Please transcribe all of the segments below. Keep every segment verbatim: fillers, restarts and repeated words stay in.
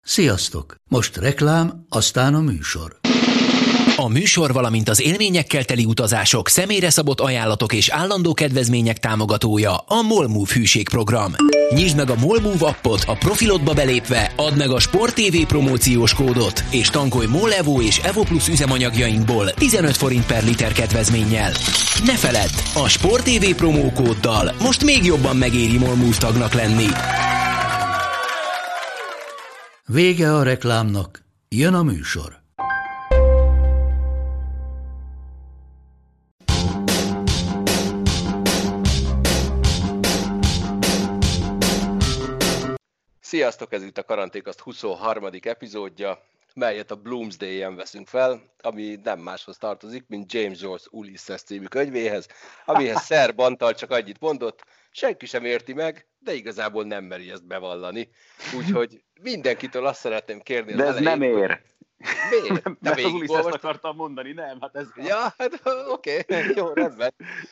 Sziasztok! Most reklám, aztán a műsor. A műsor, valamint az élményekkel teli utazások, személyre szabott ajánlatok és állandó kedvezmények támogatója a MOLMOVE hűségprogram. Nyisd meg a MOLMOVE appot, a profilodba belépve add meg a Sport té vé promóciós kódot, és tankolj MOL Evo és Evo Plus üzemanyagjainkból tizenöt forint per liter kedvezménnyel. Ne feledd, a Sport té vé promókóddal most még jobban megéri MOLMOVE tagnak lenni. Vége a reklámnak, jön a műsor. Sziasztok, ez itt a Karanténkast huszonharmadik epizódja, melyet a Bloomsday-en veszünk fel, ami nem máshoz tartozik, mint James Joyce Ulysses című könyvéhez, amihez Sir Bantal csak annyit mondott, senki sem érti meg, de igazából nem meri ezt bevallani. Úgyhogy mindenkitől azt szeretném kérni az de ez elején, nem ér. Miért? Nem, mert az Ulysses akartam mondani, nem, hát ez... Ja, hát oké, okay. Jó, rendben.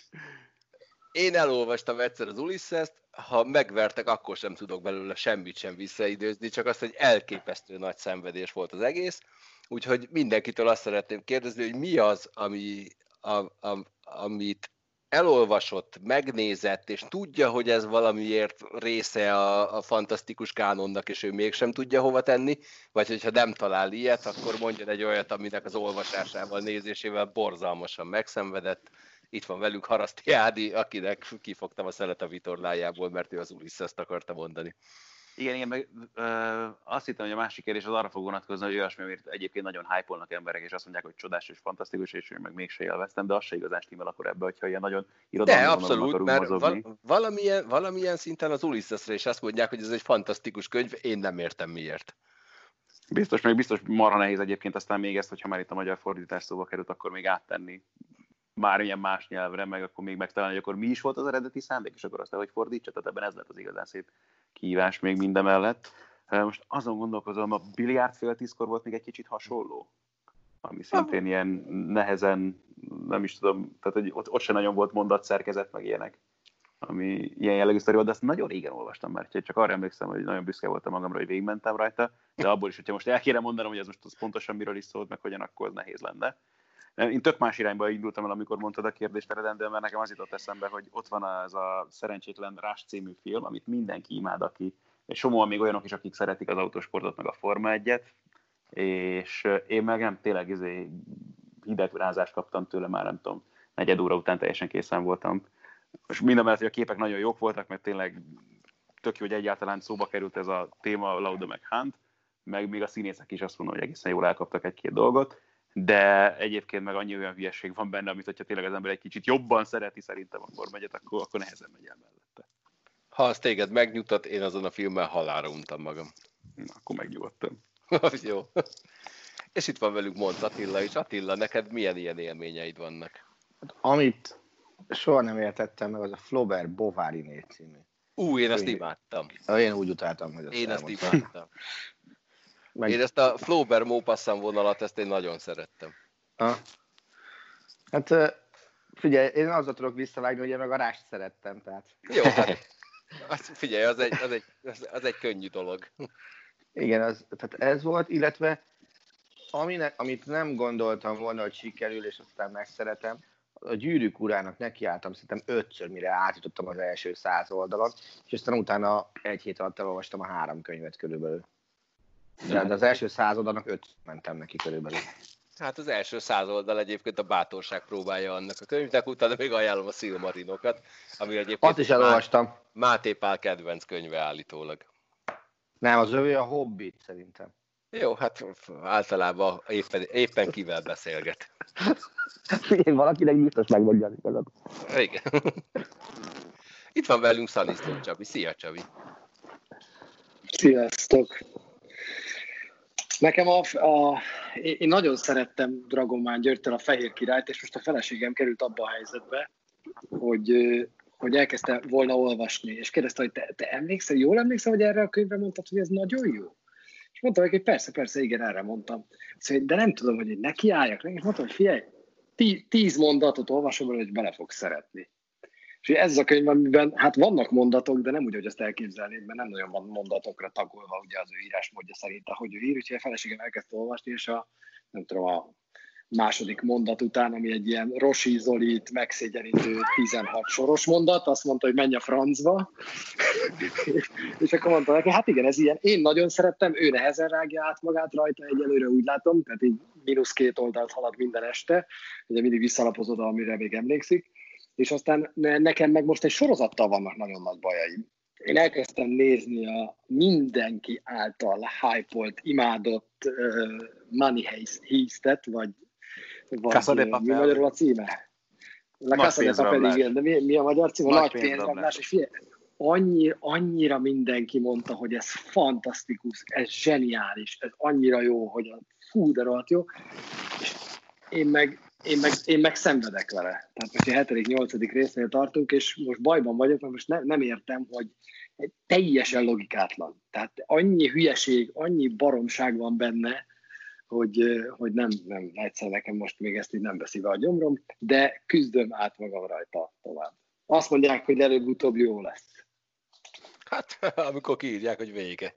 Én elolvastam egyszer az Ulyssest, ha megvertek, akkor sem tudok belőle semmit sem visszaidőzni, csak azt, hogy elképesztő nagy szenvedés volt az egész. Úgyhogy mindenkitől azt szeretném kérdezni, hogy mi az, ami, a, a, amit elolvasott, megnézett, és tudja, hogy ez valamiért része a, a fantasztikus kánonnak, és ő mégsem tudja hova tenni, vagy hogyha nem talál ilyet, akkor mondjon egy olyat, aminek az olvasásával, nézésével borzalmasan megszenvedett. Itt van velünk Haraszti Ádi, akinek kifogtam a szelet a vitorlájából, mert ő az Ulyssest akarta mondani. Igen, igen, meg ö, azt hittem, hogy a másik kérdés az arra fog vonatkozni, hogy olyasmi, amit egyébként nagyon hype-olnak emberek, és azt mondják, hogy csodás és fantasztikus, és én meg mégse élveztem, de az se igazán stimmel akkor ebbe, hogyha ilyen nagyon irodalmi de vonalon abszolút, akarunk mert mozogni. val- valamilyen, valamilyen szinten az Ulyssesre is azt mondják, hogy ez egy fantasztikus könyv, én nem értem miért. Biztos, meg biztos marha nehéz egyébként aztán még ezt, hogyha már itt a magyar fordítás szóba került, akkor még áttenni már ilyen más nyelvre, meg akkor még megtalálni, hogy akkor mi is volt az eredeti szándék, és akkor azt, hogy fordítsa, tehát ebben ez lett az igazán szép kihívás még minden mellett. Most azon gondolkozom, a biliárd fél tízkor volt még egy kicsit hasonló, ami szintén ilyen nehezen, nem is tudom, tehát hogy ott, ott sem nagyon volt mondatszerkezet, meg ilyenek, ami ilyen jellegű sztori volt, de ezt nagyon régen olvastam már, csak arra emlékszem, hogy nagyon büszke voltam magamra, hogy végigmentem rajta, de abból is, hogyha most el kéne mondanom, hogy ez most az pontosan miről is szólt, meg hogyan, akkor az nehéz lenne. Én tök más irányba indultam el, amikor mondtad a kérdést eredendően, mert nekem az jutott eszembe, hogy ott van az a Szerencsétlen Rush című film, amit mindenki imád, aki, és somóan még olyanok is, akik szeretik az autósportot, meg a Forma egyet, és én meg nem tényleg izé, hidegrázást kaptam tőle, már nem tudom, negyed óra után teljesen készen voltam. És minden mellett, hogy a képek nagyon jók voltak, mert tényleg tök jó, hogy egyáltalán szóba került ez a téma, Lauda meg Hunt, meg még a színészek is azt mondom, hogy egészen jól elkaptak egy-két dolgot, de egyébként meg annyi olyan hülyeség van benne, amit hogyha tényleg az ember egy kicsit jobban szereti szerintem a Forma egyet, akkor, akkor nehezen megy el mellette. Ha az téged megnyugtat, én azon a filmmel halálra untam magam. Na, akkor megnyugodtam. Jó. És itt van velünk Monc Attila is. Attila, neked milyen ilyen élményeid vannak? Amit soha nem értettem meg, az a Flaubert Bovary című. Ú, én ezt imádtam. Én úgy utáltam, hogy azt Én ezt elmondtam. imádtam. Meg... Én ezt a Flaubert Maupassant vonalat, ezt én nagyon szerettem. Ha. Hát figyelj, én azzal tudok visszavágni, hogy én meg a Rást szerettem, tehát. Jó, hát az, figyelj, az egy, az, egy, az, az egy könnyű dolog. Igen, az, tehát ez volt, illetve aminek, amit nem gondoltam volna, hogy sikerül, és aztán megszeretem, a Gyűrűk urának nekiálltam, szerintem ötször, mire átjutottam az első száz oldalon, és aztán utána egy hét alatt elolvastam a három könyvet körülbelül. De az első száz oldalnak öt mentem neki körülbelül. Hát az első száz oldal egyébként a bátorság próbálja annak a könyvnek, utána még ajánlom a Silmarinokat, ami egyébként azt is elolvastam. Máté Pál kedvenc könyve állítólag. Nem, az övé a Hobbit szerintem. Jó, hát általában éppen, éppen kivel beszélget. Én valakinek biztos megmondja igazat. Igen. Itt van velünk Szaniszló Csabi. Szia, Csabi! Sziasztok! Nekem a, a, én nagyon szerettem Dragomán Györgytől a Fehér Királyt, és most a feleségem került abba a helyzetbe, hogy, hogy elkezdte volna olvasni, és kérdezte, hogy te, te emlékszel, jól emlékszel, hogy erre a könyvre mondtad, hogy ez nagyon jó? És mondtam neki, hogy persze, persze, igen, erre mondtam. Szóval, de nem tudom, hogy nekiálljak neki, és mondtam, hogy figyelj, tí, tíz mondatot olvasom, hogy bele fogsz szeretni. És ez az a könyv, amiben hát vannak mondatok, de nem úgy, hogy azt elképzelnéd, mert nem nagyon van mondatokra tagolva ugye az ő írásmódja szerint, ahogy ő ír, úgyhogy a feleségem elkezdte olvasni, és a, nem tudom, a második mondat után, ami egy ilyen Rossi Zolit megszégyenítő tizenhat soros mondat, azt mondta, hogy menj a francba, és akkor mondta neki, hát igen, ez ilyen, én nagyon szerettem, ő nehezen rágja át magát rajta, egyelőre úgy látom, tehát így mínusz két oldalt halad minden este, ugye mindig visszalapozod oda, amire még emlékszik, és aztán nekem meg most egy sorozattal vannak nagyon nagy bajaim. Én elkezdtem nézni a mindenki által hype-olt, imádott uh, Money Heist-et, vagy, vagy uh, mi magyarul a címe? La Casa de Papel, igen, de mi, mi a magyar címe? Nagy, Nagy pénzrablás. És figyelj, annyi, annyira mindenki mondta, hogy ez fantasztikus, ez zseniális, ez annyira jó, hogy a fú, de rohadt jó. És én meg Én meg, én meg szenvedek vele. Tehát most a hetedik nyolcadik résznél tartunk, és most bajban vagyok, mert most ne, nem értem, hogy teljesen logikátlan. Tehát annyi hülyeség, annyi baromság van benne, hogy, hogy nem, nem, egyszer nekem most még ezt így nem veszi be a gyomrom, de küzdöm át magam rajta tovább. Azt mondják, hogy előbb-utóbb jó lesz. Hát, amikor kiírják, hogy vége.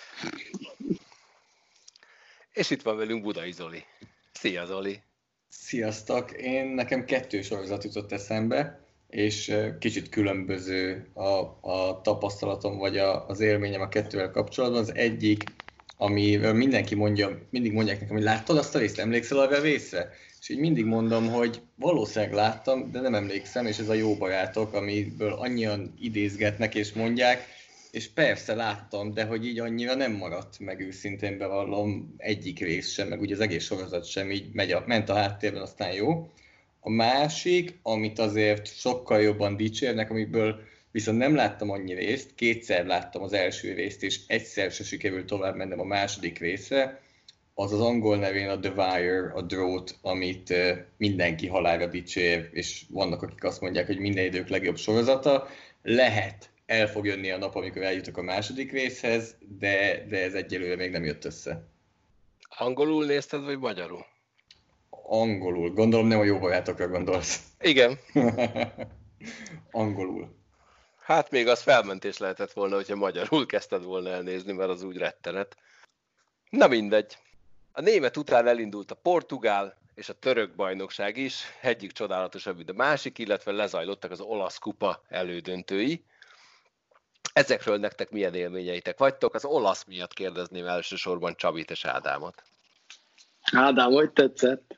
És itt van velünk Budai Zoli. Szia, Zoli! Sziasztok! Én nekem kettő sorozat jutott eszembe, és kicsit különböző a, a tapasztalatom, vagy a, az élményem a kettővel kapcsolatban. Az egyik, amiről mindenki mondja, mindig mondják nekem, hogy láttad azt a részt, emlékszel arra a részre? És így mindig mondom, hogy valószínűleg láttam, de nem emlékszem, és ez a Jó barátok, amiből annyian idézgetnek és mondják, és persze láttam, de hogy így annyira nem maradt meg, őszintén bevallom, egyik rész sem, meg ugye az egész sorozat sem így megy a, ment a háttérben, aztán jó. A másik, amit azért sokkal jobban dicsérnek, amiből viszont nem láttam annyi részt, kétszer láttam az első részt, és egyszer se sikerült tovább mennem a második részre, az az angol nevén a The Wire, a drót, amit mindenki halálra dicsér, és vannak, akik azt mondják, hogy minden idők legjobb sorozata. Lehet, el fog jönni a nap, amikor eljutok a második részhez, de, de ez egyelőre még nem jött össze. Angolul nézted, vagy magyarul? Angolul. Gondolom nem a Jó barátokra gondolsz. Igen. Angolul. Hát még az felmentés lehetett volna, hogyha magyarul kezdted volna elnézni, mert az úgy rettenet. Na mindegy. A német után elindult a portugál és a török bajnokság is, egyik csodálatosabb, mint a másik, illetve lezajlottak az olasz kupa elődöntői. Ezekről nektek milyen élményeitek vagytok? Az olasz miatt kérdezném elsősorban Csabit és Ádámot. Ádám, hogy tetszett?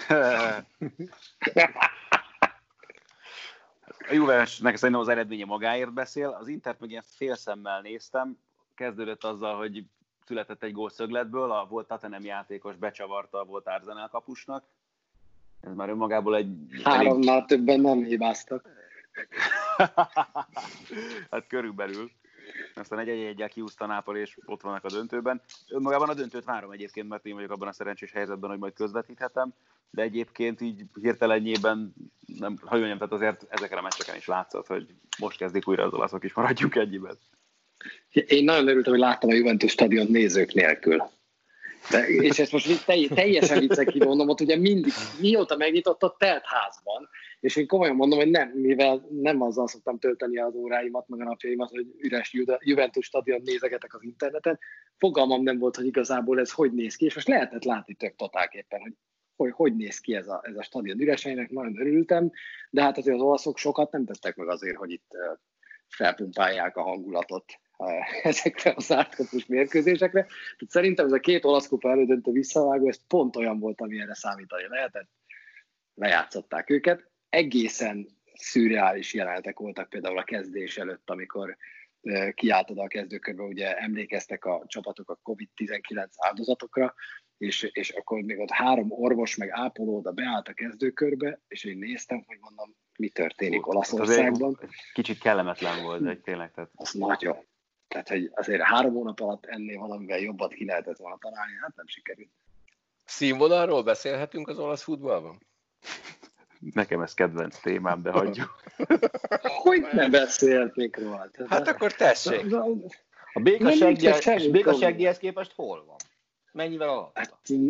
A Juventusnek szerintem az eredménye magáért beszél. Az Intert meg ilyen félszemmel néztem. Kezdődött azzal, hogy született egy gól szögletből, a volt Tottenham játékos becsavarta a volt Arsenal kapusnak. Ez már önmagából egy... Háromnál elég... többen nem hibáztak. Hát körülbelül. Aztán egy-egyel kiúzta Nápoli, és ott vannak a döntőben. Önmagában a döntőt várom egyébként, mert én vagyok abban a szerencsés helyzetben, hogy majd közvetíthetem, de egyébként így hirtelenjében, nem, hogy mondjam, tehát azért ezeken a meccseken is látszott, hogy most kezdik újra az olaszok is, maradjunk ennyiben. Én nagyon örültem, hogy láttam a Juventus stadiont nézők nélkül. De, és ezt most teljesen viccen kimondom, ott ugye mindig, mióta megnyitott, a telt házban, és én komolyan mondom, hogy nem, mivel nem azzal szoktam tölteni az óráimat, meg a napjaimat, hogy üres Juventus stadion nézegetek az interneten, fogalmam nem volt, hogy igazából ez hogy néz ki, és most lehetett látni tök totálképpen, hogy hogy, hogy néz ki ez a, ez a stadion üreseinek, nagyon örültem, de hát azért az olaszok sokat nem tettek meg azért, hogy itt felpumpálják a hangulatot ezekre az ártkapus mérkőzésekre. Tehát szerintem ez a két olasz kupa elődöntő visszavágó, ez pont olyan volt, ami erre számítani lehetett. Lejátszották őket. Egészen szürreális jelenetek voltak például a kezdés előtt, amikor kiállt oda a kezdőkörbe, ugye emlékeztek a csapatok a kovid tizenkilenc áldozatokra, és, és akkor még ott három orvos meg ápoló oda beállt a kezdőkörbe, és én néztem, hogy mondom, mi történik Olaszországban. Kicsit kellemetlen volt, de tényleg. Tehát... Az nagyon. Tehát, hogy azért három hónap alatt ennél valamivel jobbat ki lehetett volna találni, hát nem sikerült. Színvonalról beszélhetünk az olasz futballban? Nekem ez kedvenc témám, de hagyjuk. Hogy ne beszélhetnék róla? Hát akkor tessék. A békaseggihez képest hol van? Mennyivel alatt? Hát,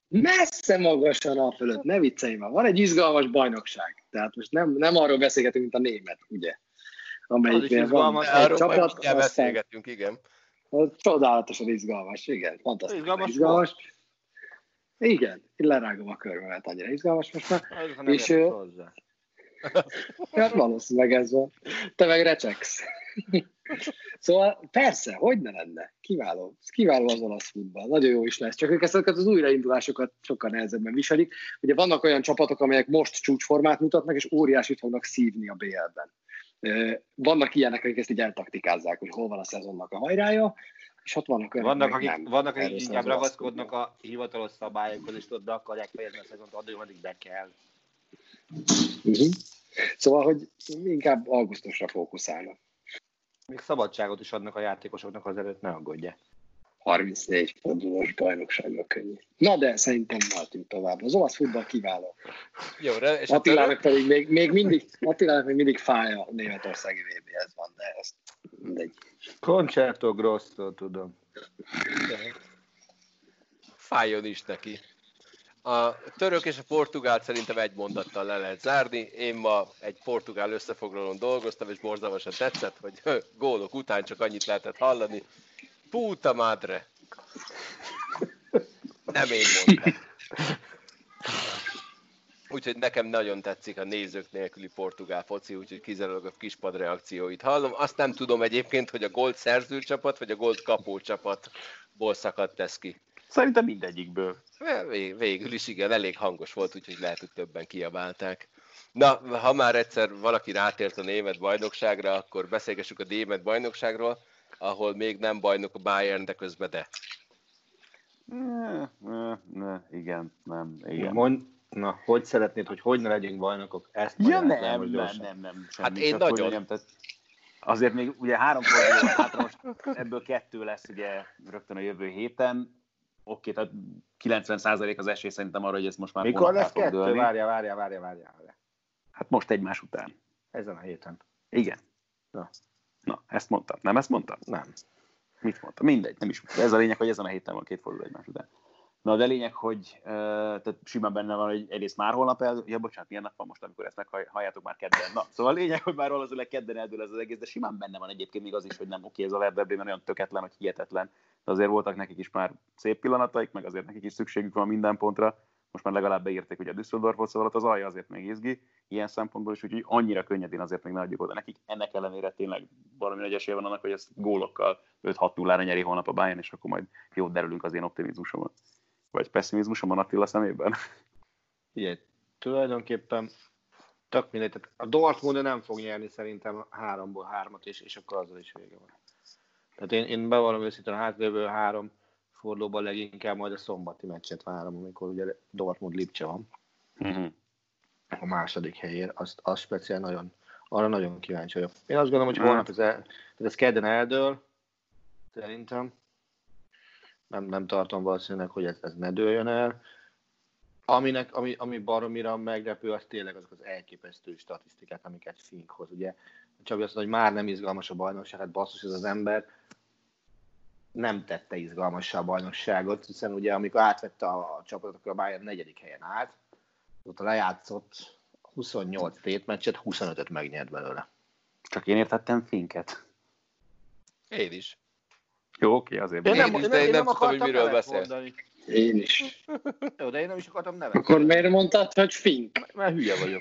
messze magasan a fölött, ne viccelj már, van egy izgalmas bajnokság. Tehát most nem, nem arról beszélgetünk, mint a német, ugye? Amelyiknél van egy arról csapat, aztán aztán beszélgetünk, igen. az csodálatosan izgalmas, igen, fantasztikus Izgalmas izgalmas. Igen, én lerágom a körmemet, annyira izgalmas most már. És ő... Hát valószínűleg ez van. Te meg recseksz. Szóval persze, hogy ne lenne? Kiváló. Kiváló az olasz futball. Nagyon jó is lesz. Csak ők ezeket az újraindulásokat sokkal nehezebben viselik. Ugye vannak olyan csapatok, amelyek most csúcsformát mutatnak, és óriásit fognak szívni a bé el-ben. Vannak ilyenek, akik ezt így eltaktikázzák, hogy hol van a szezonnak a hajrája, és ott vannak olyanok, vannak, akik, nem. vannak, akik Erről inkább szól az ragaszkodnak a hivatalos szabályokhoz, és tudod, be akarják fejezni a szezont addig, ameddig be kell. Uh-huh. Szóval, hogy inkább augusztusra fókuszálnak. Még szabadságot is adnak a játékosoknak, az előtt ne aggódj. harmincnégy fordulós bajnoksággal könnyű. Na de szerintem mehetünk tovább. Az olasz futball kiváló. Jó, és Attilának pedig még, még mindig, Attilának még mindig fáj a németországi vé béhez van, de ezt mindegy. Concerto Grosso, tudom. Fájjon is neki. A török és a portugál szerintem egy mondattal le lehet zárni. Én ma egy portugál összefoglalón dolgoztam, és borzalmasan tetszett, hogy gólok után csak annyit lehetett hallani. Puta madre! Nem én mondtam. Úgyhogy nekem nagyon tetszik a nézők nélküli portugál foci, úgyhogy kizárólag a kispad reakcióit hallom. Azt nem tudom egyébként, hogy a gólt szerző csapat, vagy a gólt kapó csapatból szakadt ez ki. Szerintem mindegyikből. Vég, végül is igen, elég hangos volt, úgyhogy lehet, hogy többen kiabálták. Na, ha már egyszer valaki rátért a német bajnokságra, akkor beszélgessük a német bajnokságról, ahol még nem bajnok a Bayern, de közben de. Ne, ne, ne, igen, nem, igen. Mond, na, hogy szeretnéd, hogy hogy ne legyünk bajnokok? Ezt ja, nem, nem, nem, nem, nem. Hát én nagyon. Mondjam, tehát azért még ugye három forduló hátra, most ebből kettő lesz ugye rögtön a jövő héten. Oké, tehát kilencven százalék az esély szerintem arra, hogy ez most már mikor lesz kettő? Várja, várja, várja, várja. Hát most egymás után. Ezen a héten. Igen. Na. Na, ezt mondtam. Nem ezt mondtam? Nem. Mit mondtam? Mindegy, nem is. Ez a lényeg, hogy ezen a héten van két forduló egymás után. Na, de lényeg, hogy uh, tehát simán benne van, hogy egyrészt már holnap el, ja bocsánat, milyen nap van most, amikor ezt meghalljátok már kedden. Na, szóval a lényeg, hogy már valószínűleg kedden eldől ez az egész, de simán benne van egyébként még az is, hogy nem oké, ez a Werder Bremen olyan töketlen, hogy hihetetlen. De azért voltak nekik is már szép pillanataik, meg azért nekik is szükségük van minden pontra. Most már legalább beírték ugye a Düsseldorfot, szóval az alja azért még izgi, ilyen szempontból is, úgyhogy annyira könnyedén azért még ne adjuk oda nekik. Ennek ellenére tényleg valami nagy esélye van annak, hogy ezt gólokkal öt-hat nullára nyeri holnap a Bayern, és akkor majd jót derülünk az én optimizmusomon. Vagy pessimizmusomon Attila szemében. Ugye, tulajdonképpen tök mindegy. Tehát a Dortmund nem fog nyerni szerintem háromból hármat, és, és akkor azzal is vége van. Tehát én, én bevallom őszintén a hátralévő három fordulóban leginkább majd a szombati meccset várom, amikor ugye Dortmund Lipcse van. Uh-huh. A második helyén, azt, azt speciál nagyon, arra nagyon kíváncsi vagyok. Én azt gondolom, hogy holnap ez, el, tehát ez kedden eldől, szerintem. Nem, nem tartom valószínűleg, hogy ez, ez ne dőljön el. Aminek, ami, ami baromira meglepő, az tényleg azok az elképesztő statisztikák, amiket Fink hoz. Ugye Csabi azt mondja, hogy már nem izgalmas a bajnokság, hát basszus, ez az ember nem tette izgalmassá a bajnokságot, hiszen ugye amikor átvette a, a csapatot, akkor a Bayern negyedik helyen állt, ott lejátszott huszonnyolc tétmeccset, huszonötöt megnyert belőle. Csak én értettem Finket. Én is. Jó, oké, azért. Én nem, én is, én de nem, én nem, nem tudom, hogy miről beszél. Én is. Jó, de én nem is akartam nevet. Akkor miért mondtad, hogy Fink? Mert hülye vagyok.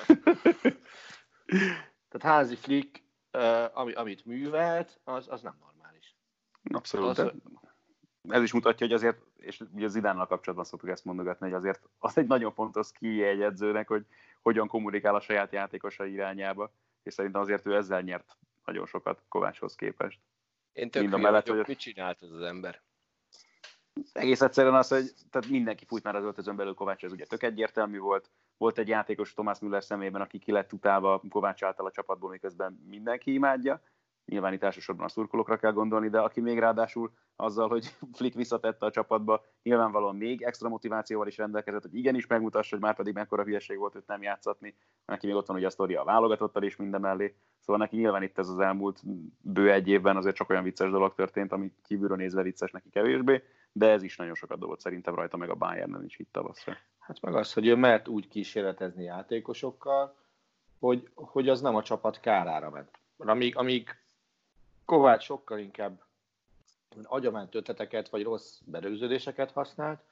Tehát Házi Flick, uh, ami, amit művelt, az, az nem normális. Abszolút. Az, ez is mutatja, hogy azért, és ugye Zidánnal kapcsolatban szoktuk ezt mondogatni, hogy azért az egy nagyon fontos skill egy edzőnek, hogy hogyan kommunikál a saját játékosai irányába, és szerintem azért ő ezzel nyert nagyon sokat Kovácshoz képest. Én tök hülye mellett, vagyok, hogy mit csinált az az ember? Egész egyszerűen az, hogy tehát mindenki fújt már az öltözön belül, Kovács, ez ugye tök egyértelmű volt. Volt egy játékos Thomas Müller személyében, aki ki lett utálva Kovács által a csapatból, miközben mindenki imádja. Nyilván itt elsősorban a szurkolókra kell gondolni, de aki még ráadásul azzal, hogy Flick visszatette a csapatba, nyilvánvalóan még extra motivációval is rendelkezett, hogy igenis megmutassa, hogy már pedig mekkora hülyeség volt őt nem játszatni. Neki még ott van ugye a sztoria a válogatottal is minden mellé. Szóval neki nyilván itt ez az elmúlt bő egy évben azért csak olyan vicces dolog történt, ami kívülről nézve vicces neki kevésbé. de ez is nagyon sokat dobott szerintem rajta, meg a Bayernen is itt tavaszra. Hát meg az, hogy ő mert úgy kísérletezni játékosokkal, hogy, hogy az nem a csapat kárára ment. Amíg, amíg Kovács sokkal inkább agyament ötleteket vagy rossz berögződéseket használt,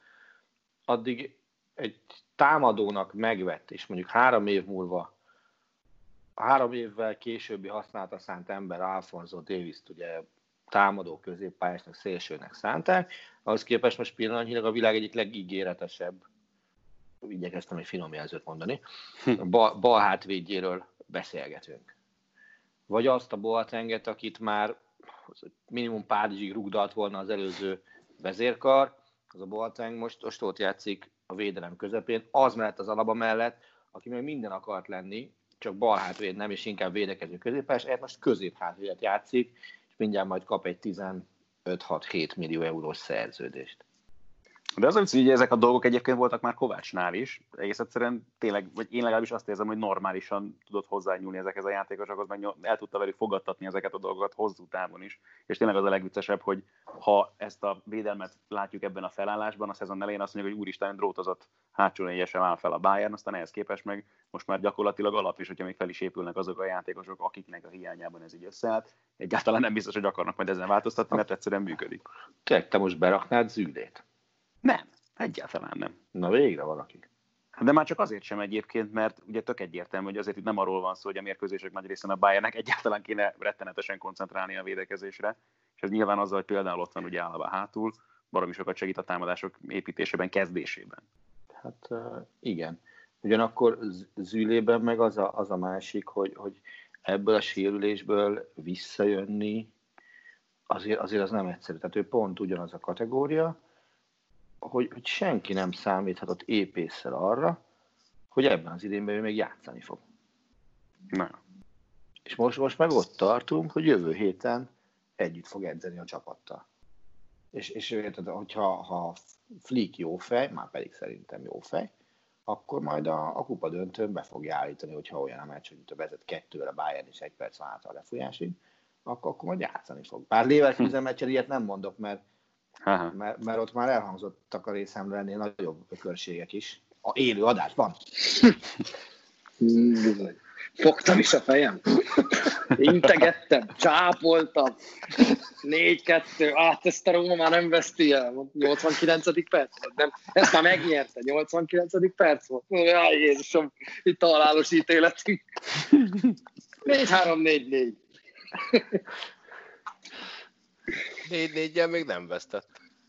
addig egy támadónak megvett, és mondjuk három év múlva, három évvel későbbi használata szánt ember, Alfonso Davis-t ugye támadó középpályásnak, szélsőnek szánták, ahhoz képest most pillanatnyilag a világ egyik legígéretesebb, igyekeztem egy finom jelzőt mondani, bal, bal hátvédjéről beszélgetünk. Vagy azt a Boatenget, akit már minimum Párizsig rugdalt volna az előző vezérkar, az a Boateng most, most ott játszik a védelem közepén, az mellett az Alaba mellett, aki még minden akart lenni, csak bal hátvéd nem, és inkább védekező középpályás, ehhez most középhátvédet játszik, és mindjárt majd kap egy tizenöt-hat-hét millió eurós szerződést. De az, hogy ezek a dolgok egyébként voltak már Kovácsnál is, egész egyszerűen tényleg, vagy én legalábbis azt érzem, hogy normálisan tudott hozzányúlni ezekhez a játékosokhoz, meg el tudta velük fogadtatni ezeket a dolgokat hosszú távon is. És tényleg az a legviccesebb, hogy ha ezt a védelmet látjuk ebben a felállásban, a szezon elején azt mondjuk, hogy úristen, drótozott hátsó négyesen áll fel a Bayern, aztán ehhez képest meg most már gyakorlatilag alap is, hogyha még fel is épülnek azok a játékosok, akiknek a hiányában ez így összeállt. Egyáltalán nem biztos, hogy akarnak majd ezen változtatni, mert egyszerűen működik. Te, te most beraknád Züllét? Nem, egyáltalán nem. Na végre valaki. De már csak azért sem egyébként, mert ugye tök egyértelmű, hogy azért itt nem arról van szó, hogy a mérkőzések nagy részén a Bayernnek egyáltalán kéne rettenetesen koncentrálni a védekezésre, és ez nyilván azzal, hogy például ott van ugye Alaba hátul, baromi sokat segít a támadások építésében, kezdésében. Hát igen. Ugyanakkor Zülében meg az a, az a másik, hogy, hogy ebből a sérülésből visszajönni, azért, azért az nem egyszerű. Tehát ő pont ugyanaz a kategória, Hogy, hogy senki nem számíthatott épésszel arra, hogy ebben az idénben ő még játszani fog. Na. És most, most meg ott tartunk, hogy jövő héten együtt fog edzeni a csapattal. És, és érted, hogyha ha Flick jó fej, már pedig szerintem jó fej, akkor majd a, a kupa döntőn be fogja állítani, hogyha olyan a meccs, hogy a vezet kettővel a Bayern és egy perc van át a lefújásig, akkor, akkor majd játszani fog. Bár Leverkusen meccsen ilyet nem mondok, mert Mert, mert ott már elhangzottak a részemről ennél nagyobb ökörségek is. A élő adásban. Fogtam is a fejem. Integettem, csápoltam. négy kettő. Át ezt a Róma már nem veszti el. nyolcvankilencedik perc volt. Nem, ezt már megnyerte. nyolcvankilencedik perc volt. Jaj, Jézusom, itt a halálos ítéletünk. négy három négy négy. négy néggyel még nem vesztett.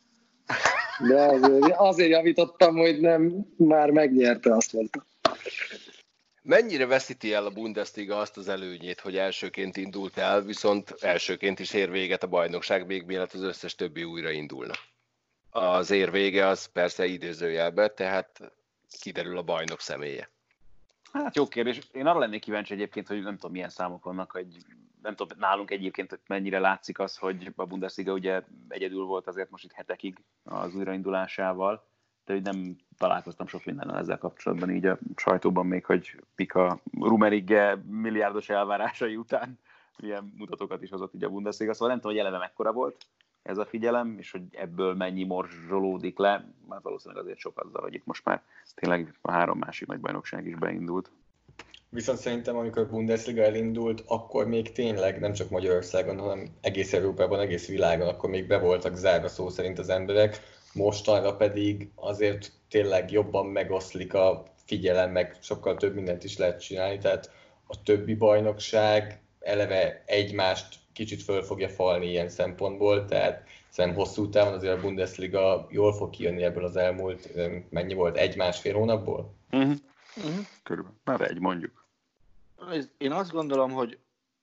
De azért, azért javítottam, hogy nem, már megnyerte, azt mondta. Mennyire veszíti el a Bundesliga azt az előnyét, hogy elsőként indult el, viszont elsőként is ér véget a bajnokság, még mielőtt az összes többi újra indulna? Az ér vége az persze idézőjelbe, tehát kiderül a bajnok személye. Hát jó kérdés. Én arra lennék kíváncsi egyébként, hogy nem tudom milyen számok vannak, hogy nem tudom nálunk egyébként mennyire látszik az, hogy a Bundesliga ugye egyedül volt azért most itt hetekig az újraindulásával, de hogy nem találkoztam sok mindennel ezzel kapcsolatban így a sajtóban még, hogy Pika Rummenigge milliárdos elvárásai után milyen mutatókat is hozott így a Bundesliga, szóval nem tudom, hogy eleve mekkora volt ez a figyelem, és hogy ebből mennyi morzsolódik le, már valószínűleg azért sok azzal, hogy itt most már tényleg a három másik nagy bajnokság is beindult. Viszont szerintem, amikor a Bundesliga elindult, akkor még tényleg nem csak Magyarországon, hanem egész Európában, egész világon, akkor még be voltak zárva szó szerint az emberek. Mostanra pedig azért tényleg jobban megoszlik a figyelem, meg sokkal több mindent is lehet csinálni, tehát a többi bajnokság eleve egymást kicsit föl fogja falni ilyen szempontból, tehát szerintem hosszú távon azért a Bundesliga jól fog kijönni ebből az elmúlt, mennyi volt, egy-másfél hónapból? Uh-huh. Uh-huh. Körülbelül, már egy mondjuk. Én azt gondolom, hogy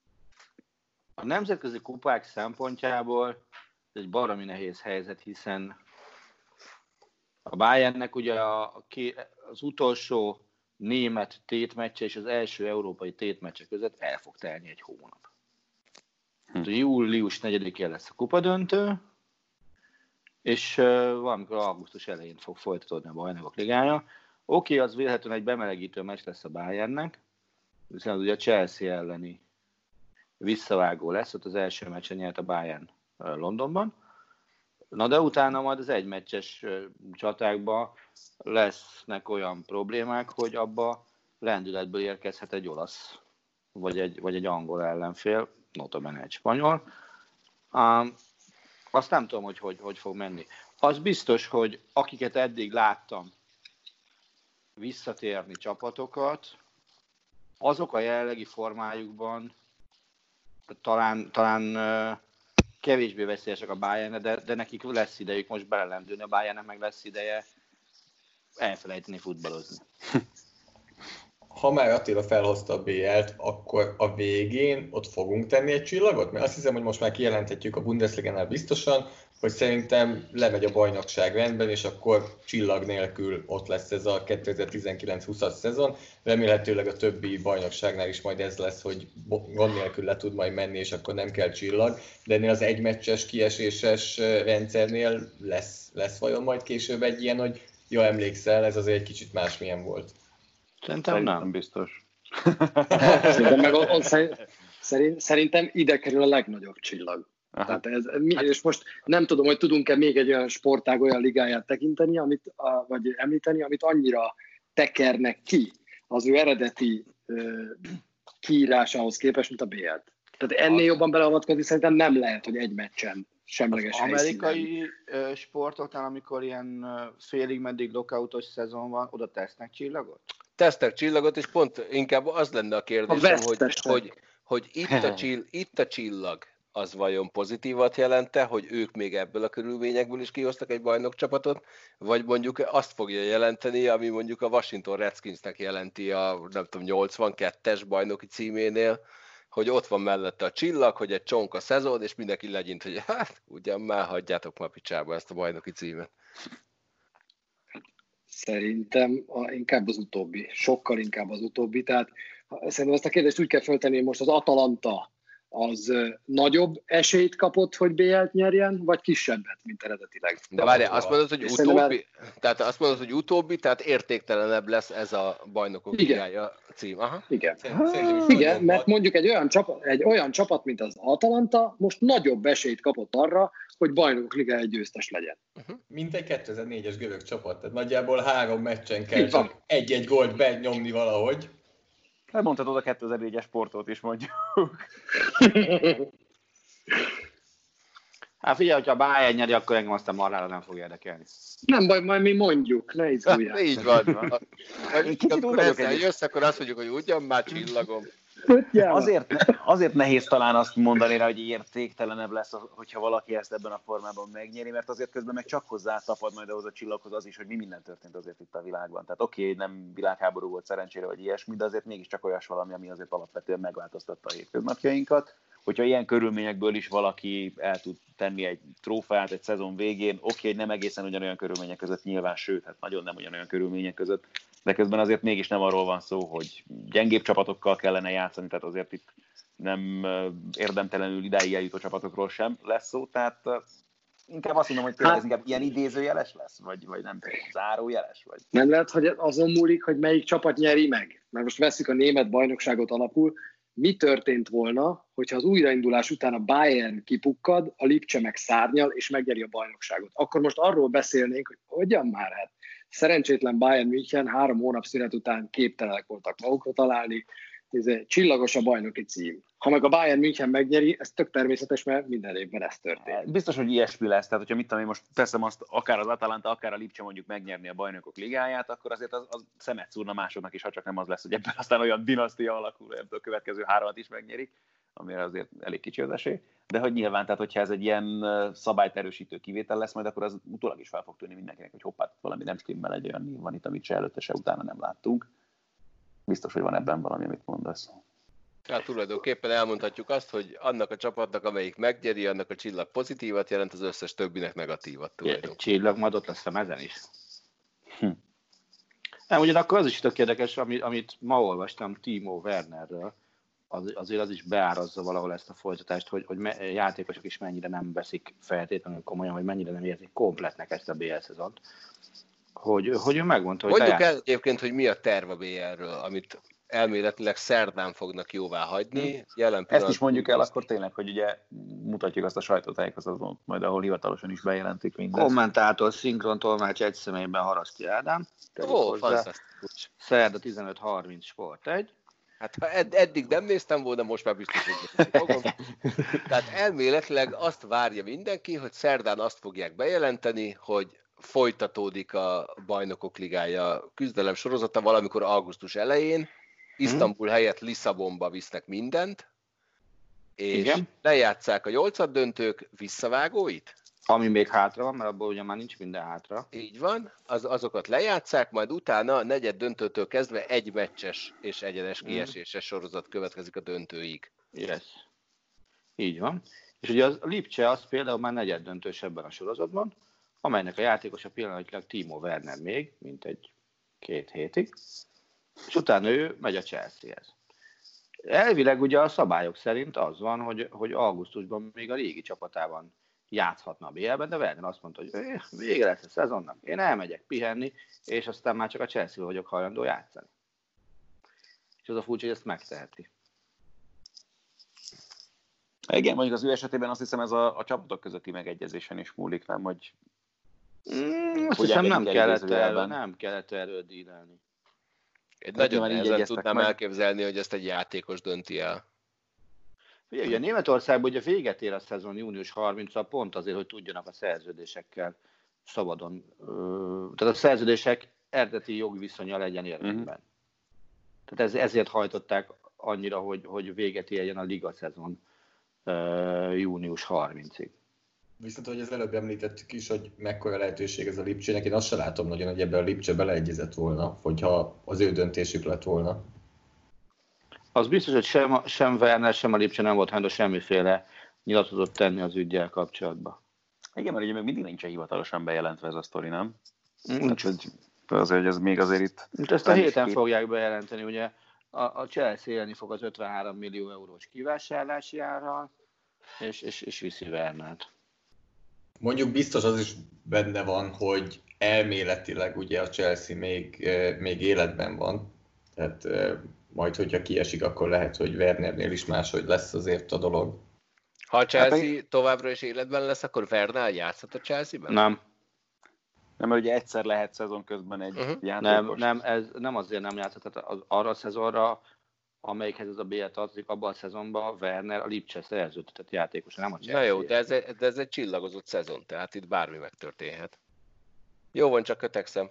a nemzetközi kupák szempontjából ez egy baromi nehéz helyzet, hiszen a Bayernnek ugye a, az utolsó német tétmeccse és az első európai tétmeccse között el fog telni egy hónap. Hm. Július negyedikén lesz a kupadöntő, és uh, valamikor augusztus elején fog folytatódni a Bajnokok Ligája. Oké, okay, az véletlenül egy bemelegítő meccs lesz a Bayernnek, viszont ugye a Chelsea elleni visszavágó lesz, ott az első meccsen nyert a Bayern Londonban. Na de utána majd az egymeccses csatákban lesznek olyan problémák, hogy abba lendületből érkezhet egy olasz, vagy egy, vagy egy angol ellenfél, notabene egy spanyol. Um, azt nem tudom, hogy, hogy hogy fog menni. Az biztos, hogy akiket eddig láttam visszatérni csapatokat, azok a jelenlegi formájukban talán, talán uh, kevésbé veszélyesek a Bayern, de, de nekik lesz idejük most belelendülni, a Bayernnek meg lesz ideje elfelejteni futballozni. Ha már Attila felhozta a bé el-t, akkor a végén ott fogunk tenni egy csillagot? Mert azt hiszem, hogy most már kijelenthetjük a Bundesligánál biztosan, hogy szerintem lemegy a bajnokság rendben, és akkor csillag nélkül ott lesz ez a kétezer-tizenkilenc húszas szezon. Remélhetőleg a többi bajnokságnál is majd ez lesz, hogy gond nélkül le tud majd menni, és akkor nem kell csillag. De ennél az egymeccses, kieséses rendszernél lesz, lesz vajon majd később egy ilyen, hogy ja, emlékszel, ez azért egy kicsit másmilyen volt. Szerintem nem. Nem biztos. Szerintem, meg on, szerint, szerintem ide kerül a legnagyobb csillag. Tehát ez, és most nem tudom, hogy tudunk-e még egy olyan sportág, olyan ligáját tekinteni, amit, vagy említeni, amit annyira tekernek ki az ő eredeti uh, kiírásához képest, mint a bé el. Tehát ennél jobban beleavatkozni szerintem nem lehet, hogy egy meccsen semleges az amerikai uh, sportoknál, amikor ilyen uh, félig meddig lockoutos szezon van, oda tesznek csillagot? Tesznek csillagot, és pont inkább az lenne a kérdésem, a hogy, hogy, hogy itt, a csill, itt a csillag az vajon pozitívat jelente, hogy ők még ebből a körülményekből is kihoztak egy bajnokcsapatot, vagy mondjuk azt fogja jelenteni, ami mondjuk a Washington Redskinsnek jelenti a nem tudom, nyolcvankettes bajnoki címénél, hogy ott van mellette a csillag, hogy egy csonka szezon, és mindenki legyint, hogy hát ugyan már hagyjátok ma picsába ezt a bajnoki címet. Szerintem a, inkább az utóbbi, sokkal inkább az utóbbi. Tehát szerintem ezt a kérdést úgy kell föltenni, hogy most az Atalanta az nagyobb esélyt kapott, hogy bé el-t nyerjen, vagy kisebbet, mint eredetileg. De várjál, azt mondod, hogy utóbbi, tehát azt mondod, hogy utóbbi, tehát értéktelenebb lesz ez a bajnokok ligája cím. Aha. Igen, Igen mert mondjuk egy olyan, csapat, egy olyan csapat, mint az Atalanta, most nagyobb esélyt kapott arra, hogy bajnokok ligája győztes legyen. Uh-huh. Mint egy kétezer-négyes görög csapat, tehát nagyjából három meccsen kell csak egy-egy gólt benyomni valahogy. Hát mondhatod a kétezer-négyes sportot is, mondjuk. Hát figyelj, hogyha a Bayern nyeri, akkor engem aztán marhára nem fog érdekelni. Nem baj, majd mi mondjuk, ne izguljál. Így van. Akkor ezzel jössz, akkor azt mondjuk, hogy ugyan már csillagom. Azért, azért nehéz talán azt mondani rá, hogy értéktelenebb lesz, hogyha valaki ezt ebben a formában megnyeri, mert azért közben meg csak hozzá tapad majd ahhoz a csillaghoz az is, hogy mi minden történt azért itt a világban. Tehát oké, okay, nem világháború volt szerencsére, vagy ilyesmi, de azért mégiscsak olyas valami, ami azért alapvetően megváltoztatta a hétköznapjainkat. Hogyha ilyen körülményekből is valaki el tud tenni egy trófeát egy szezon végén, oké, okay, nem egészen ugyanolyan körülmények között nyilván, sőt, hát nagyon nem ugyanolyan körülmények között, de közben azért mégis nem arról van szó, hogy gyengébb csapatokkal kellene játszani, tehát azért itt nem érdemtelenül idáig eljutó csapatokról sem lesz szó, tehát inkább azt mondom, hogy tényleg ez inkább ilyen idézőjeles lesz, vagy, vagy nem tudom, zárójeles? Vagy... Nem lehet, hogy azon múlik, hogy melyik csapat nyeri meg, mert most veszük a német bajnokságot alapul, mi történt volna, hogyha az újraindulás után a Bayern kipukkad, a Lipcse meg szárnyal, és megnyeri a bajnokságot. Akkor most arról beszélnénk, hogy hogyan már hát szerencsétlen Bayern München három hónap szünet után képtelenek voltak magukra találni, ez csillagos a bajnoki cím. Ha meg a Bayern München megnyeri, ez tök természetes, mert minden évben ez történt. Biztos, hogy ilyesmi lesz, tehát hogyha mit tudom, én most teszem azt, akár az Atalanta, akár a Lipcse mondjuk megnyerni a bajnokok ligáját, akkor azért az, az szemet szúrna másodnak is, ha csak nem az lesz, hogy ebben aztán olyan dinasztia alakul, ebből a következő háromat is megnyerik, amire azért elég kicsi az esély. De hogy nyilván, tehát hogyha ez egy ilyen szabályt erősítő kivétel lesz, majd akkor az utólag is fel fog tűnni mindenkinek, hogy hoppá, valami nem stimmel, egy olyan név van itt, amit se előtte, se utána nem láttunk. Biztos, hogy van ebben valami, amit mondasz. Hát tulajdonképpen elmondhatjuk azt, hogy annak a csapatnak, amelyik megnyeri, annak a csillag pozitívat jelent, az összes többinek negatívat tulajdonképpen. Csillag majd ott lesz a ezen is. Hm. Nem, ugyanakkor az is tök érdekes, amit, amit ma olvastam Timo Wernerről, az, azért az is beárazza valahol ezt a folytatást, hogy, hogy me, játékosok is mennyire nem veszik feltétlenül komolyan, hogy mennyire nem érzik kompletnek ezt a bé el szezont. Hogy, hogy ő megmondta, hogy... Mondjuk el egyébként, hogy mi a terv a bé el-ről, amit elméletileg szerdán fognak jóvá hagyni. Hmm. Jelen Ezt is mondjuk el akkor tényleg, hogy ugye mutatjuk azt a sajtótájékoztatót, majd ahol hivatalosan is bejelentik mindezt. Kommentátor, szinkron tolmács egy személyben Haraszti Ádám. Ó, fantasztikus. Szerda tizenöt harminc Sport egy. Hát ha ed- eddig nem néztem volna, most már biztos, hogy fogom. Tehát elméletileg azt várja mindenki, hogy szerdán azt fogják bejelenteni, hogy folytatódik a Bajnokok Ligája küzdelem sorozata valamikor augusztus elején. Isztambul hmm. helyett Lisszabonba visznek mindent, és igen, lejátsszák a nyolcad döntők visszavágóit. Ami még hátra van, mert abból ugye már nincs minden hátra. Így van, az, azokat lejátsszák, majd utána a negyed döntőtől kezdve egy meccses és egyenes kieséses sorozat következik a döntőig. Yes. Így van. És ugye az, a Lipcse az például már negyed döntős ebben a sorozatban, amelynek a játékosa pillanatilag Timo Werner még, mint egy két hétig, és utána ő megy a Chelseahez. Elvileg ugye a szabályok szerint az van, hogy, hogy augusztusban még a régi csapatában játszhatna a bé el-ben, de Werner azt mondta, hogy vége lesz a szezonnak, én elmegyek pihenni, és aztán már csak a Chelsea-vel vagyok hajlandó játszani. És az a furcsa, hogy ezt megteheti. Igen, mondjuk az ő esetében azt hiszem ez a, a csapatok közötti megegyezésen is múlik, nem, hogy... Mm, azt hiszem nem kellett, erről, nem kellett erről dílelni. Én nagyon nehezen tudnám meg elképzelni, hogy ezt egy játékos dönti el. Ugye, ugye Németországban ugye véget ér a szezon június harmincadikán pont azért, hogy tudjanak a szerződésekkel szabadon, ö, tehát a szerződések eredeti jogi viszonya legyen érvényben. Uh-huh. Tehát ez, ezért hajtották annyira, hogy, hogy véget érjen a liga szezon ö, június harmincadikáig. Viszont, hogy az előbb említettük is, hogy mekkora lehetőség ez a Lipcsének, én azt sem látom nagyon, hogy ebben a Lipcse beleegyezett volna, hogyha az ő döntésük lett volna. Az biztos, hogy sem, sem Werner, sem a Lipcse nem volt hajlandó semmiféle nyilatkozatot tenni az üggyel kapcsolatban. Igen, mert ugye még mindig nincs hivatalosan bejelentve ez a sztori, nem? Nincs. Tehát, hogy azért, hogy ez még azért itt... Most ezt a héten két... fogják bejelenteni, ugye a, a Chelsea élni fog az ötvenhárom millió eurós kivásárlási árral, és, és, és viszi Wernert. Mondjuk biztos az is benne van, hogy elméletileg ugye a Chelsea még, még életben van, tehát majd, hogyha kiesik, akkor lehet, hogy Wernernél is máshogy lesz azért a dolog. Ha a Chelsea hát, továbbra is életben lesz, akkor Werner játszhat a Chelsea-ben? Nem. Nem, mert ugye egyszer lehet szezon közben egy uh-huh. játékos. Nem, nem, ez nem azért nem játszhat, az, arra a szezonra, amelyikhez ez a bé el tartozik, abban a szezonban Werner a Lipcse szerződtetett játékosa, nem a Chelsea. Na jó, de ez, de ez egy csillagozott szezon, tehát itt bármi megtörténhet. Jó van, csak kötekszem.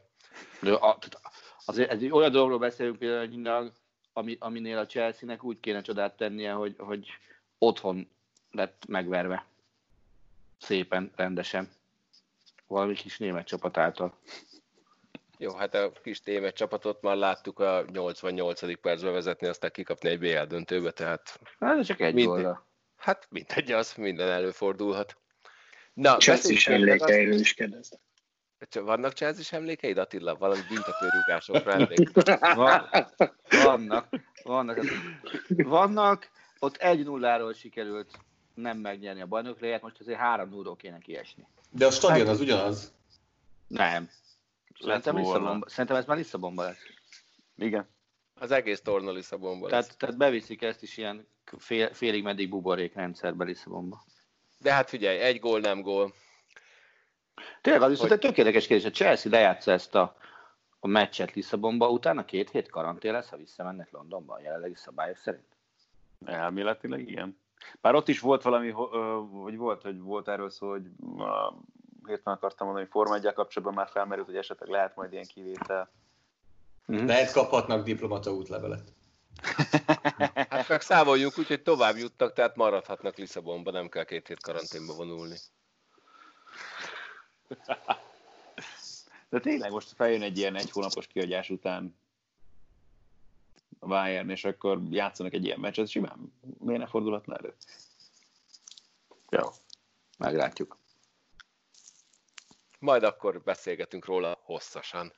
Azért ez egy olyan dologról beszélünk például, ami, aminél a Chelsea-nek úgy kéne csodát tennie, hogy, hogy otthon lett megverve. Szépen, rendesen. Valami kis német csapat által. Jó, hát a kis német csapatot már láttuk a nyolcvannyolcadik percben vezetni, aztán kikapni egy bé el döntőbe, tehát... Hát csak egy mind, gólra. Hát mindegy, az minden előfordulhat. Na, Chelsea emlékeiről is kérdeztem. Vannak Chelsea emlékeid, Attila? Valami büntetőrúgásokra emlék? Van, vannak, vannak. Vannak, ott egy nulláról sikerült nem megnyerni a bajnokligáját, most azért három nullról kéne kiesni. De a stadion az ugyanaz? Nem. Szerintem, Lisszabonba, szerintem ez már Lisszabonban lesz. Igen. Az egész torna Lisszabonban lesz. Tehát, tehát beviszik ezt is ilyen fél, félig meddig buborék rendszerbe Lisszabonba. De hát figyelj, egy gól nem gól. Tényleg az viszont egy tökéletes kérdés, a Chelsea lejátsza ezt a, a meccset Lisszabonba, utána két hét karantén lesz, ha visszamennek Londonba a jelenlegi szabályok szerint. Elméletileg igen. Bár ott is volt valami, hogy volt, hogy volt erről szó, hogy hirtelen akartam mondani, hogy Forma egyel kapcsolatban már felmerült, hogy esetleg lehet majd ilyen kivétel. Mm-hmm. Lehet kaphatnak diplomata útlevelet. Hát meg számoljuk úgy, hogy tovább jutnak, tehát maradhatnak Lisszabonba, nem kell két hét karanténba vonulni. De tényleg most feljön egy ilyen egy hónapos kiadás után a Bayern, és akkor játszanak egy ilyen meccset, simán miért ne fordulhatna elő? Jó, meglátjuk. Majd akkor beszélgetünk róla hosszasan.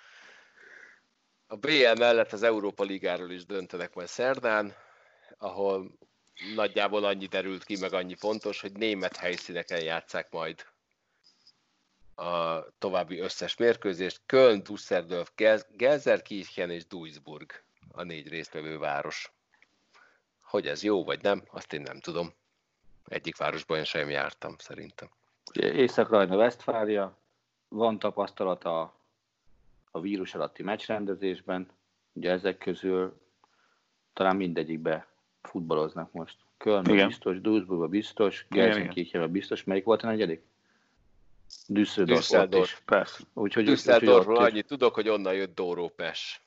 A bé el mellett az Európa Ligáról is döntenek majd szerdán, ahol nagyjából annyi derült ki, meg annyi fontos, hogy német helyszíneken játsszák majd a további összes mérkőzést. Köln, Düsseldorf, Gelsenkirchen és Duisburg a négy résztvevő város. Hogy ez jó vagy nem, azt én nem tudom. Egyik városban sem jártam, szerintem. Észak-Rajna-Vesztfália, van tapasztalata a vírus alatti meccsrendezésben, ugye ezek közül talán mindegyikbe futballoznak most. Kölnben biztos, Duisburgban biztos, Gelsenkirchenben biztos. Melyik volt a negyedik? Düsseldorf. Düsseldorf. Persze. Úgyhogy Düsseldorfról annyit tudok, hogy onnan jött Dóró Pes.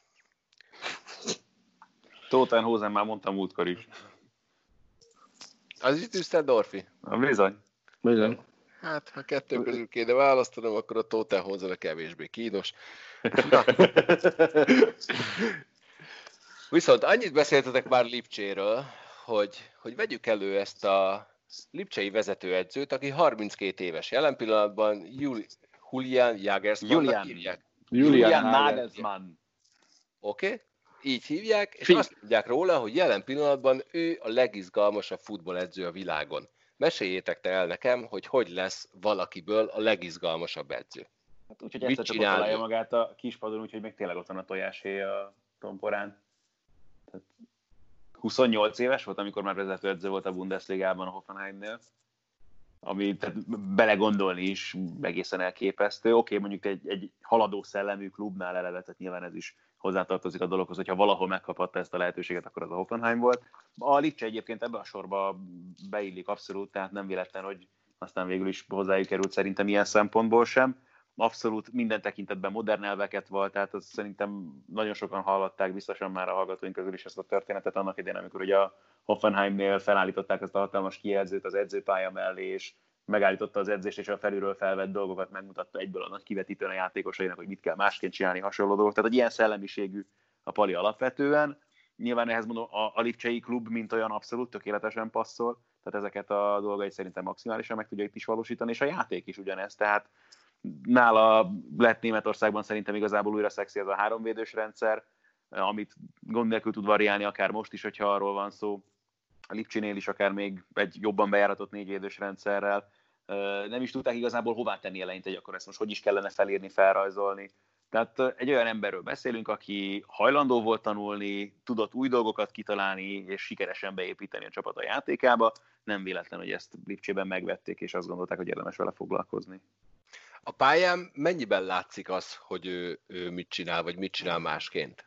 Totenhausen már mondtam múltkor is. Az is Düsseldorfi? Bizony. Bizony. Hát, ha kettő közül kéne választanom, akkor a Totenhausen a kevésbé kínos. Viszont annyit beszéltetek már Lipcséről, hogy, hogy vegyük elő ezt a lipcsei vezetőedzőt, aki harminckét éves jelen pillanatban, Juli, Julian Jagelsmann hívják. Julian Nagelsmann. Oké, okay. Így hívják, és Fi. azt mondják róla, hogy jelen pillanatban ő a legizgalmasabb futballedző a világon. Meséljétek te el nekem, hogy hogy lesz valakiből a legizgalmasabb edző. Hát úgy, hogy ezt a csapat találja magát a kispadon, úgyhogy még tényleg ott van a tojásé a tomporán. Tehát huszonnyolc éves volt, amikor már vezetőedző volt a Bundesligában a Hoffenheimnél, ami tehát belegondolni is egészen elképesztő. Oké, okay, mondjuk egy, egy haladó szellemű klubnál eleve, tehát nyilván ez is hozzátartozik a dologhoz, hogyha valahol megkaphatta ezt a lehetőséget, akkor az a Hoffenheim volt. A Lipcse egyébként ebbe a sorba beillik abszolút, tehát nem véletlen, hogy aztán végül is hozzájuk került szerintem ilyen szempontból sem. Abszolút minden tekintetben modern elveket volt, tehát azt szerintem nagyon sokan hallották, biztosan már a hallgatóink közül is ezt a történetet annak idején, amikor ugye a Hoffenheimnél felállították ezt a hatalmas kijelzőt az edzőpálya mellé, és megállította az edzést, és a felülről felvett dolgokat megmutatta egyből a nagy kivetítőn a játékosainak, hogy mit kell másként csinálni, hasonló dolgok. Tehát egy ilyen szellemiségű a Pali alapvetően. Nyilván ehhez mondom, a, a lipcsei klub mint olyan abszolút tökéletesen passzol, tehát ezeket a dolgait szerintem maximálisan meg tudja itt is valósítani, és a játék is ugyanez. Tehát nála lett Németországban szerintem igazából újra szexi ez a háromvédős rendszer, amit gond nélkül tud variálni akár most is, hogyha arról van szó. A Lipcsénél is akár még egy jobban bejáratott négyvédős rendszerrel. Nem is tudták igazából hová tenni eleinte, hogy akkor ezt most hogy is kellene felírni, felrajzolni. Tehát egy olyan emberről beszélünk, aki hajlandó volt tanulni, tudott új dolgokat kitalálni, és sikeresen beépíteni a csapat a játékába. Nem véletlen, hogy ezt Lipcsében megvették, és azt gondolták, hogy érdemes vele foglalkozni. A pályán mennyiben látszik az, hogy ő, ő mit csinál, vagy mit csinál másként?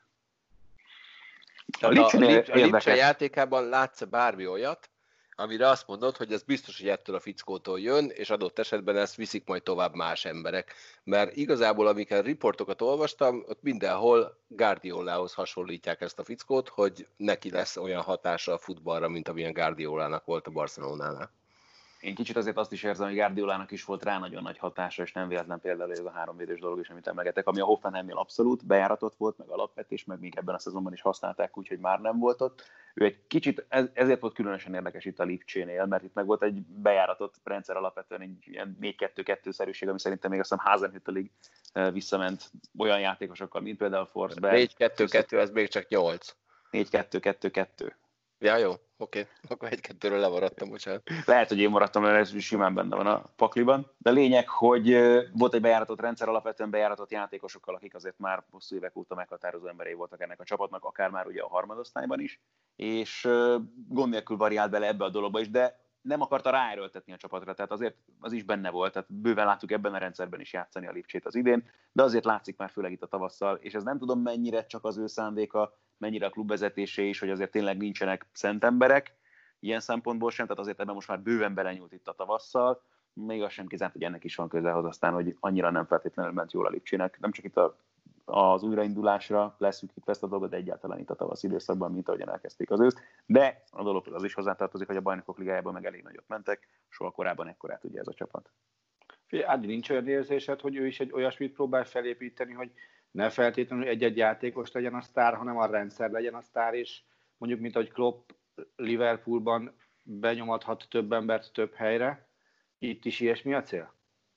A, a, a, Lip, a Lipcse játékában látsz bármi olyat, amire azt mondod, hogy ez biztos, hogy ettől a fickótól jön, és adott esetben ezt viszik majd tovább más emberek. Mert igazából, amiket riportokat olvastam, ott mindenhol Guardiolához hasonlítják ezt a fickót, hogy neki lesz olyan hatása a futballra, mint amilyen Guardiolának volt a Barcelonánál. Én kicsit azért azt is érzem, hogy Guardiolának is volt rá nagyon nagy hatása, és nem véletlen például ez a háromvédős dolog is, amit emlegetek, ami a Hoffenheimnél abszolút bejáratott volt, meg alapvetés, meg még ebben a szezonban is használták, úgyhogy már nem volt ott. Ő egy kicsit, ez, ezért volt különösen érdekes itt a Lipcsénél, mert itt meg volt egy bejáratott rendszer, alapvetően egy ilyen négy kettő kettő-szerűség, ami szerintem még azt hiszem Hasenhüttelig visszament olyan játékosokkal, mint például Forsberg. négy kettő kettő, ez még csak nyolc. négy kettő kettő kettő. Ja, jó, oké. Okay. Akkor egy-kettőről lemaradtam, bocsánat. Lehet, hogy én maradtam, mert ez simán benne van a pakliban. De lényeg, hogy volt egy bejáratott rendszer, alapvetően bejáratott játékosokkal, akik azért már hosszú évek óta meghatározó emberei voltak ennek a csapatnak, akár már ugye a harmadosztályban is, és gond nélkül variált bele ebbe a dologba is, de nem akarta ráerőltetni a csapatra, tehát azért az is benne volt, tehát bőven láttuk ebben a rendszerben is játszani a Lipcsét az idén, de azért látszik már főleg itt a tavasszal, és ez nem tudom mennyire csak az ő szándéka, mennyire a klubvezetésé is, hogy azért tényleg nincsenek szent emberek, ilyen szempontból sem, tehát azért ebben most már bőven belenyúlt itt a tavasszal, még az sem kizárt, hogy ennek is van közelhoz aztán, hogy annyira nem feltétlenül ment jól a Lipcsének, nem csak itt a, az újraindulásra leszűkítve ezt a dolgot, de egyáltalán itt a tavasz időszakban, mint ahogyan elkezdték az őszt, de a dolog az is hozzátartozik, hogy a Bajnokok Ligájában meg elég nagyot mentek, soha korábban ekkorát ugye ez a csapat. Ádi, nincs olyan érzésed, hogy ő is egy olyasmit próbál felépíteni, hogy ne feltétlenül egy-egy játékos legyen a sztár, hanem a rendszer legyen a sztár, és mondjuk, mint ahogy Klopp Liverpoolban benyomadhat több embert több helyre, itt is ilyesmi a cél?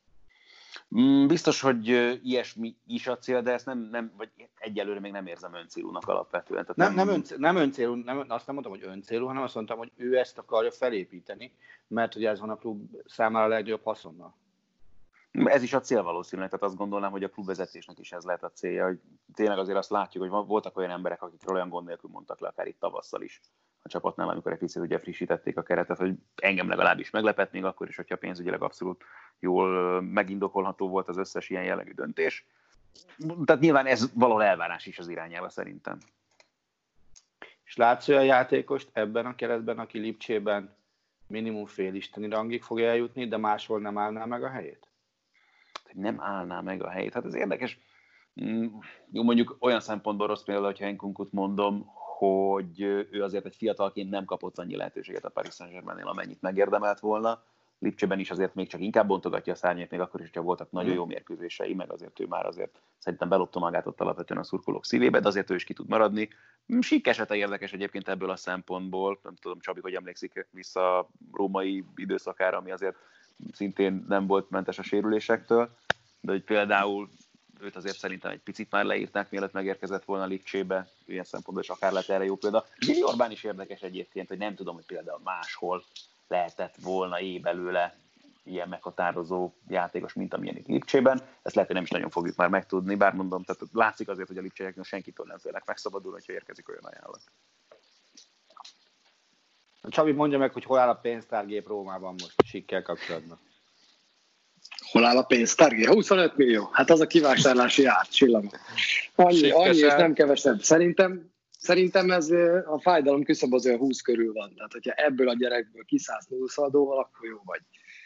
Biztos, hogy ilyesmi is a cél, de ezt nem, nem vagy egyelőre még nem érzem öncélúnak alapvetően. Tehát nem, nem, nem, öncél, nem öncélú, nem, azt nem mondtam, hogy öncélú, hanem azt mondtam, hogy ő ezt akarja felépíteni, mert hogy ez van a klub számára a legnagyobb haszonnal. Ez is a cél valószínűleg, tehát azt gondolnám, hogy a klubvezetésnek is ez lehet a célja, hogy tényleg azért azt látjuk, hogy voltak olyan emberek, akik olyan gond nélkül mondtak le, akár itt tavasszal is a csapatnál, amikor egy picit ugye frissítették a keretet, hogy engem legalábbis meglepett, még akkor is, hogyha pénzügyileg abszolút jól megindokolható volt az összes ilyen jellegű döntés. Tehát nyilván ez valahol elvárás is az irányába szerintem. És látsz olyan játékost ebben a keretben, aki Lipcsében minimum félisteni rangig fog eljutni, de máshol nem állná meg a helyét? Nem állná meg a helyét. Hát ez érdekes. Jó, mondjuk olyan szempontból rossz például, hogyha Nkunkut mondom, hogy ő azért egy fiatalként nem kapott annyi lehetőséget a Paris Saint-Germainnél, amennyit megérdemelt volna. Lipcsében is azért még csak inkább bontogatja a szárnyait, még akkor is, hogyha voltak nagyon jó mérkőzései, meg azért ő már azért szerintem belopta magát ott alapvetően a szurkolók szívébe, de azért ő is ki tud maradni. Sík esete érdekes egyébként ebből a szempontból. Nem tudom, Csabi, hogy emlékszik vissza a római időszakára, ami azért szintén nem volt mentes a sérülésektől, de hogy például őt azért szerintem egy picit már leírták, mielőtt megérkezett volna Lipcsébe, ilyen szempontból is akár lett erre jó példa. Billy Orbán is érdekes egyébként, hogy nem tudom, hogy például máshol lehetett volna éj belőle ilyen meghatározó játékos, mint amilyen itt Lipcsében. Ezt lehet, hogy nem is nagyon fogjuk már megtudni, bár mondom, tehát látszik azért, hogy a lipcséeknél senkitől nem félnek megszabadulni, hogyha érkezik olyan ajánlat. Csabi, mondja meg, hogy hol áll a pénztárgép Rómában most Sikkel kapcsolatban. Hol áll a pénztárgép? huszonöt millió. Hát az a kivásárlási ár, csillagom. Annyi, annyi és nem kevesebb. Szerintem, szerintem ez a fájdalom küszöb az olyan húsz körül van. Tehát, hogyha ebből a gyerekből kiszállsz nullszaldóval, akkor jó vagy.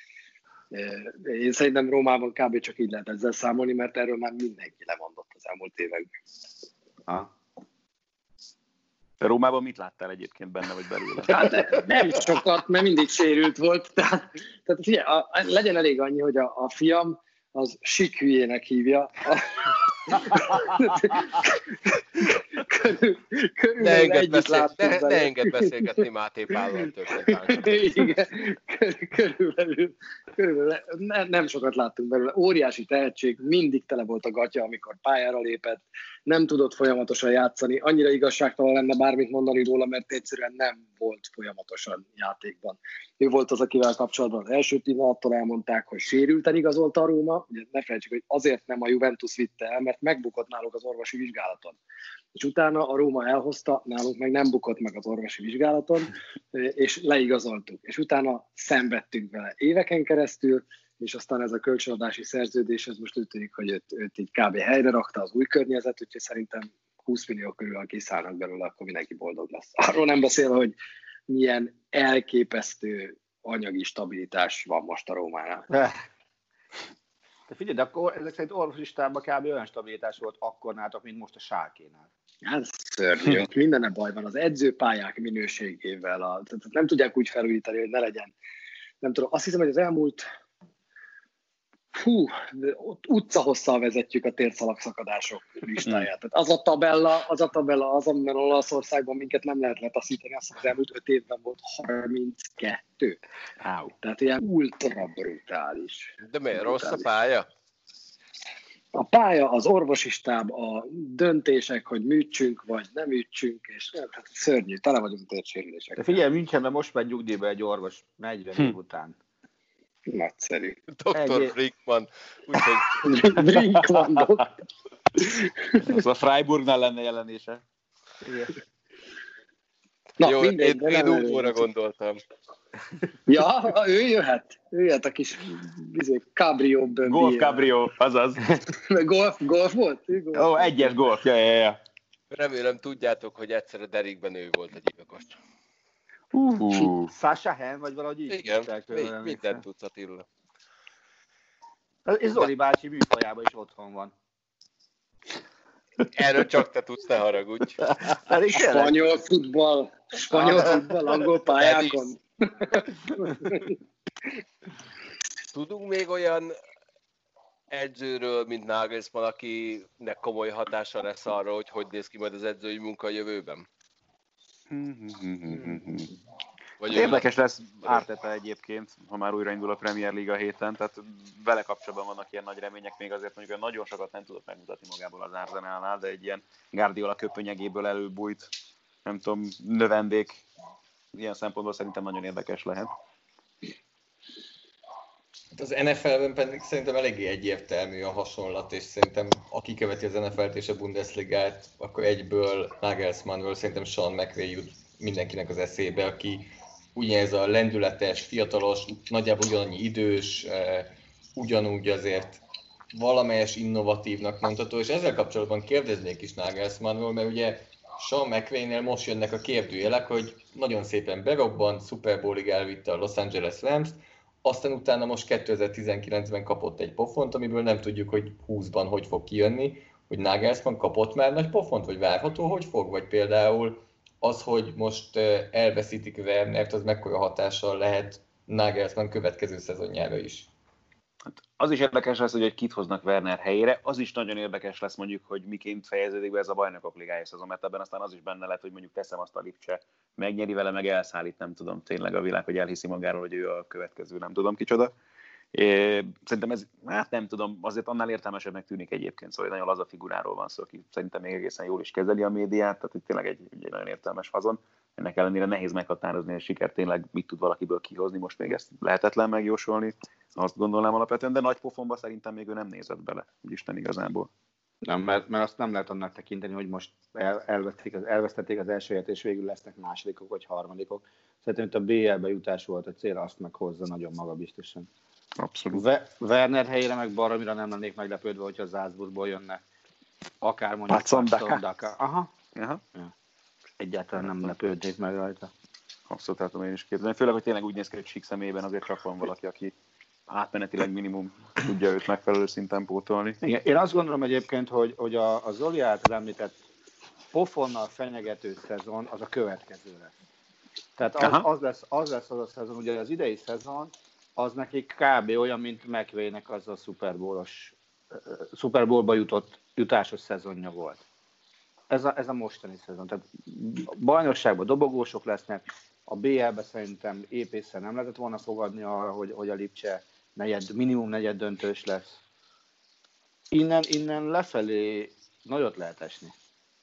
Én szerintem Rómában kb. Csak így lehet ezzel számolni, mert erről már mindenki lemondott az elmúlt években. Ha. Rómában mit láttál egyébként benne, vagy belőle? Hát nem sokat, mert mindig sérült volt. Tehát, tehát figyelj, a, legyen elég annyi, hogy a, a fiam az Sik hülyének hívja. Körül, ne engedd beszél, ne, ne engedd beszélgetni Máté Pállal többet. Igen, körülbelül, körülbelül ne, nem sokat láttunk belőle. Óriási tehetség, mindig tele volt a gatya, amikor pályára lépett, nem tudott folyamatosan játszani. Annyira igazságtalan lenne bármit mondani róla, mert egyszerűen nem volt folyamatosan játékban. Ő volt az, akivel kapcsolatban az első pillanattól elmondták, hogy sérülten igazolta a Róma. Ugye ne felejtsük, hogy azért nem a Juventus vitte el, mert megbukott náluk az orvosi vizsgálaton. És utána a Róma elhozta, nálunk meg nem bukott meg az orvosi vizsgálaton, és leigazoltuk. És utána szenvedtünk vele éveken keresztül, és aztán ez a kölcsönadási szerződés, ez most úgy tűnik, hogy őt, őt így kb. Helyre rakta az új környezet, úgyhogy szerintem húsz millió körül, ha kiszállnak belőle, akkor mindenki boldog lesz. Arról nem beszélve, hogy milyen elképesztő anyagi stabilitás van most a Rómánál. De figyelj, de akkor ezek szerint orvosistában kb. Olyan stabilitás volt akkor nálatok, mint most a Schalkénál. Hát szörnyű, ott minden baj van az edzőpályák minőségével, a, tehát nem tudják úgy felújítani, hogy ne legyen. Nem tudom, azt hiszem, hogy az elmúlt hú, utcahosszal vezetjük a térszalagszakadások listáját. Tehát az a tabella, az a tabella, az, amiben Olaszországban minket nem lehet letaszítani, azt az elmúlt öt évben volt harminckettő. Áú. Tehát ilyen ultra brutális. De miért rossz a pálya? A pálya, az orvosistáb, a döntések, hogy műtsünk, vagy nem műtsünk, és hát szörnyű, tele vagyunk térsérülésekkel. De figyelj, Münchenben most megy nyugdíjba egy orvos, negyven év után. Nagyszerű. doktor Brinkman. Úgyhogy... Brinkman doktor. Az a Freiburgnál lenne jelenése. Na, jó, mindegy, én, én Ugóra gondoltam. Ja, ő jöhet. Ő jöhet a kis cabrió. Golf cabrió, azaz. golf, golf volt? Ó, oh, egyes golf, ja, ja, ja. Remélem tudjátok, hogy egyszer a Derikben ő volt a gyilkos. Uh. Sasha Hen, vagy valahogy így? Igen, mindent tudsz, Attila. És Zoli bácsi műfajában is otthon van. Erről csak te tudsz, ne haragudj. Spanyol futball, spanyol futball, angol pályákon. Tudunk még olyan edzőről, mint Nagelsmann, akinek komoly hatása lesz arra, hogy hogy néz ki majd az edzői munka a jövőben? Vagy érdekes lesz Arteta egyébként, ha már újraindul a Premier League a héten, tehát vele kapcsolatban vannak ilyen nagy remények, még azért mondjuk nagyon sokat nem tudott megmutatni magából az Arsenalnál, de egy ilyen Guardiola köpönyegéből előbújt, nem tudom, növendék, ilyen szempontból szerintem nagyon érdekes lehet. Az en ef el-ben pedig szerintem eléggé egyértelmű a hasonlat, és szerintem aki követi az en ef el-t és a Bundesligát, akkor egyből Nagelsmannról szerintem Sean McVay jut mindenkinek az eszébe, aki ugyanez a lendületes, fiatalos, nagyjából ugyanannyi idős, ugyanúgy azért valamelyes innovatívnak mondható, és ezzel kapcsolatban kérdeznék is Nagelsmannról, mert ugye Sean McVaynél most jönnek a kérdőjelek, hogy nagyon szépen berobbant, Super Bowlig elvitte a Los Angeles Rams-t, aztán utána most kétezer-tizenkilencben kapott egy pofont, amiből nem tudjuk, hogy húszban hogy fog kijönni, hogy Nagelsmann kapott már nagy pofont, vagy várható, hogy fog, vagy például az, hogy most elveszítik Wernert, az mekkora hatással lehet Nagelsmann következő szezonjára is. Hát az is érdekes lesz, hogy kit hoznak Werner helyére, az is nagyon érdekes lesz mondjuk, hogy miként fejeződik be ez a bajnokok ligája szezon, mert ebben aztán az is benne lehet, hogy mondjuk teszem azt a Lipcse, megnyeri vele, meg elszállít, nem tudom, tényleg a világ, hogy elhiszi magáról, hogy ő a következő, nem tudom kicsoda. É, szerintem ez, hát nem tudom, azért annál értelmesebbnek tűnik egyébként, szóval nagyon laza figuráról van szó, aki szerintem még egészen jól is kezeli a médiát, tehát itt tényleg egy, egy nagyon értelmes fazon. Ennek ellenére nehéz meghatározni, hogy siker tényleg mit tud valakiből kihozni, most még ezt lehetetlen megjósolni, azt gondolnám alapvetően, de nagy pofonba szerintem még ő nem nézett bele, Isten igazából. Nem, mert, mert azt nem lehet annak tekinteni, hogy most el, elvesztették, az, elvesztették az első helyet, és végül lesznek másodikok vagy harmadikok. Szerintem itt a bé el-be jutás volt a cél, azt meghozza nagyon magabiztosan. Abszolút. Ve- Werner helyére meg baromira nem lennék meglepődve, hogyha Salzburgból jönne. Akár mondjuk Patson Daka. Daka. Aha. Aha. Ja. Egyáltalán nem lepődnék meg rajta. Abszolút el tudom én is képzelni. Főleg, hogy tényleg úgy néz ki, hogy Sik személyében azért csak van valaki, aki átmenetileg minimum tudja őt megfelelő szinten pótolni. Igen, én azt gondolom egyébként, hogy, hogy a, a Zoli által említett pofonnal fenyegető szezon az a következő lesz. Tehát az, az, lesz, az lesz az a szezon, ugye az idei szezon, az nekik kb. Olyan, mint McVaynek az a Super Bowl-os, Super Bowl-ba jutott, jutásos szezonja volt. Ez a, ez a mostani szezon. Tehát bajnokságban dobogósok lesznek, a bé el-be szerintem épészen nem lehetett volna fogadni arra, hogy, hogy a Lipcse negyed, minimum negyed döntős lesz. Innen, innen lefelé nagyot lehet esni.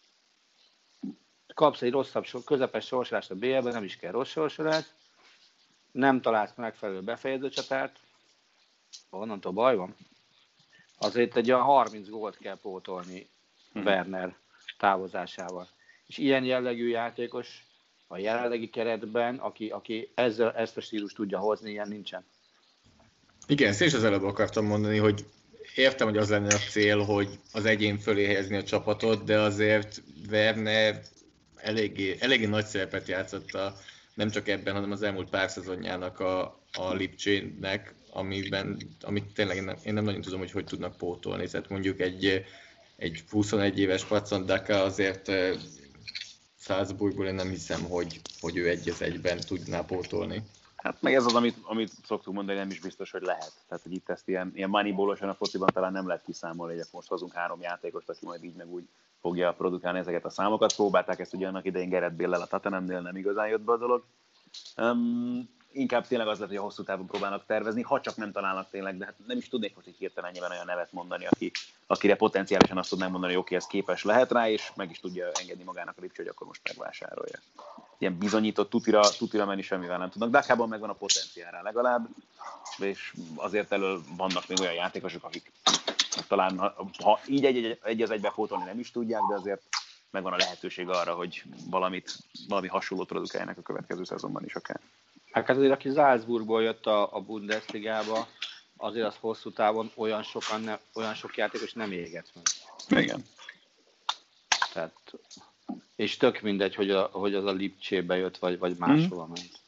Kapsz egy rosszabb, közepes sorsolást a bé el-ben, nem is kell rossz sorsolás, nem találsz megfelelő befejező csatárt, onnantól baj van. Azért egy olyan harminc gólt kell pótolni hmm. Werner távozásával. És ilyen jellegű játékos a jelenlegi keretben, aki, aki ezzel, ezt a stílust tudja hozni, ilyen nincsen. Igen, ezt is az előbb akartam mondani, hogy értem, hogy az lenne a cél, hogy az egyén fölé helyezni a csapatot, de azért Werner eléggé, eléggé nagy szerepet játszott a, nem csak ebben, hanem az elmúlt pár szezonjának a, a Lipcsének, amiben, amit tényleg én nem, én nem nagyon tudom, hogy hogy tudnak pótolni. Tehát mondjuk egy, egy huszonegy éves Patson Daka azért Salzburgból én nem hiszem, hogy, hogy ő egy az egyben tudná pótolni. Hát meg ez az, amit, amit szoktuk mondani, nem is biztos, hogy lehet. Tehát, hogy itt ezt ilyen, ilyen moneyball-osan a fociban talán nem lehet kiszámolni, hogy most hozunk három játékost, aki majd így meg úgy fogja produkálni ezeket a számokat. Próbálták ezt ugye annak idején Gareth Bale-lel a Tottenhamnél, nem igazán jött be a dolog. Um, inkább tényleg az lehet, hogy a hosszú távon próbálnak tervezni, ha csak nem találnak tényleg, de hát nem is tudnék most így hirtelen ennyiben olyan nevet mondani, aki, akire potenciálisan azt tudnám mondani, hogy oké, ez képes lehet rá, és meg is tudja engedni magának a Lipcső, hogy akkor most megvásárolja. Ilyen bizonyított tutira, tutira menni semmivel nem tudnak. Dakában megvan a potenciál rá legalább, és azért elől vannak még olyan játékosok, akik talán, ha így egy, egy, egy az egybe pótolni nem is tudják, de azért megvan a lehetőség arra, hogy valamit, valami hasonlót produkáljanak a következő szezonban is akár. Hát azért, aki Salzburgból jött a, a Bundesligába, azért az hosszú távon olyan, sokan ne, olyan sok játékos nem éget meg. Igen. Tehát, és tök mindegy, hogy, a, hogy az a Lipcsébe jött, vagy, vagy máshova mm. ment.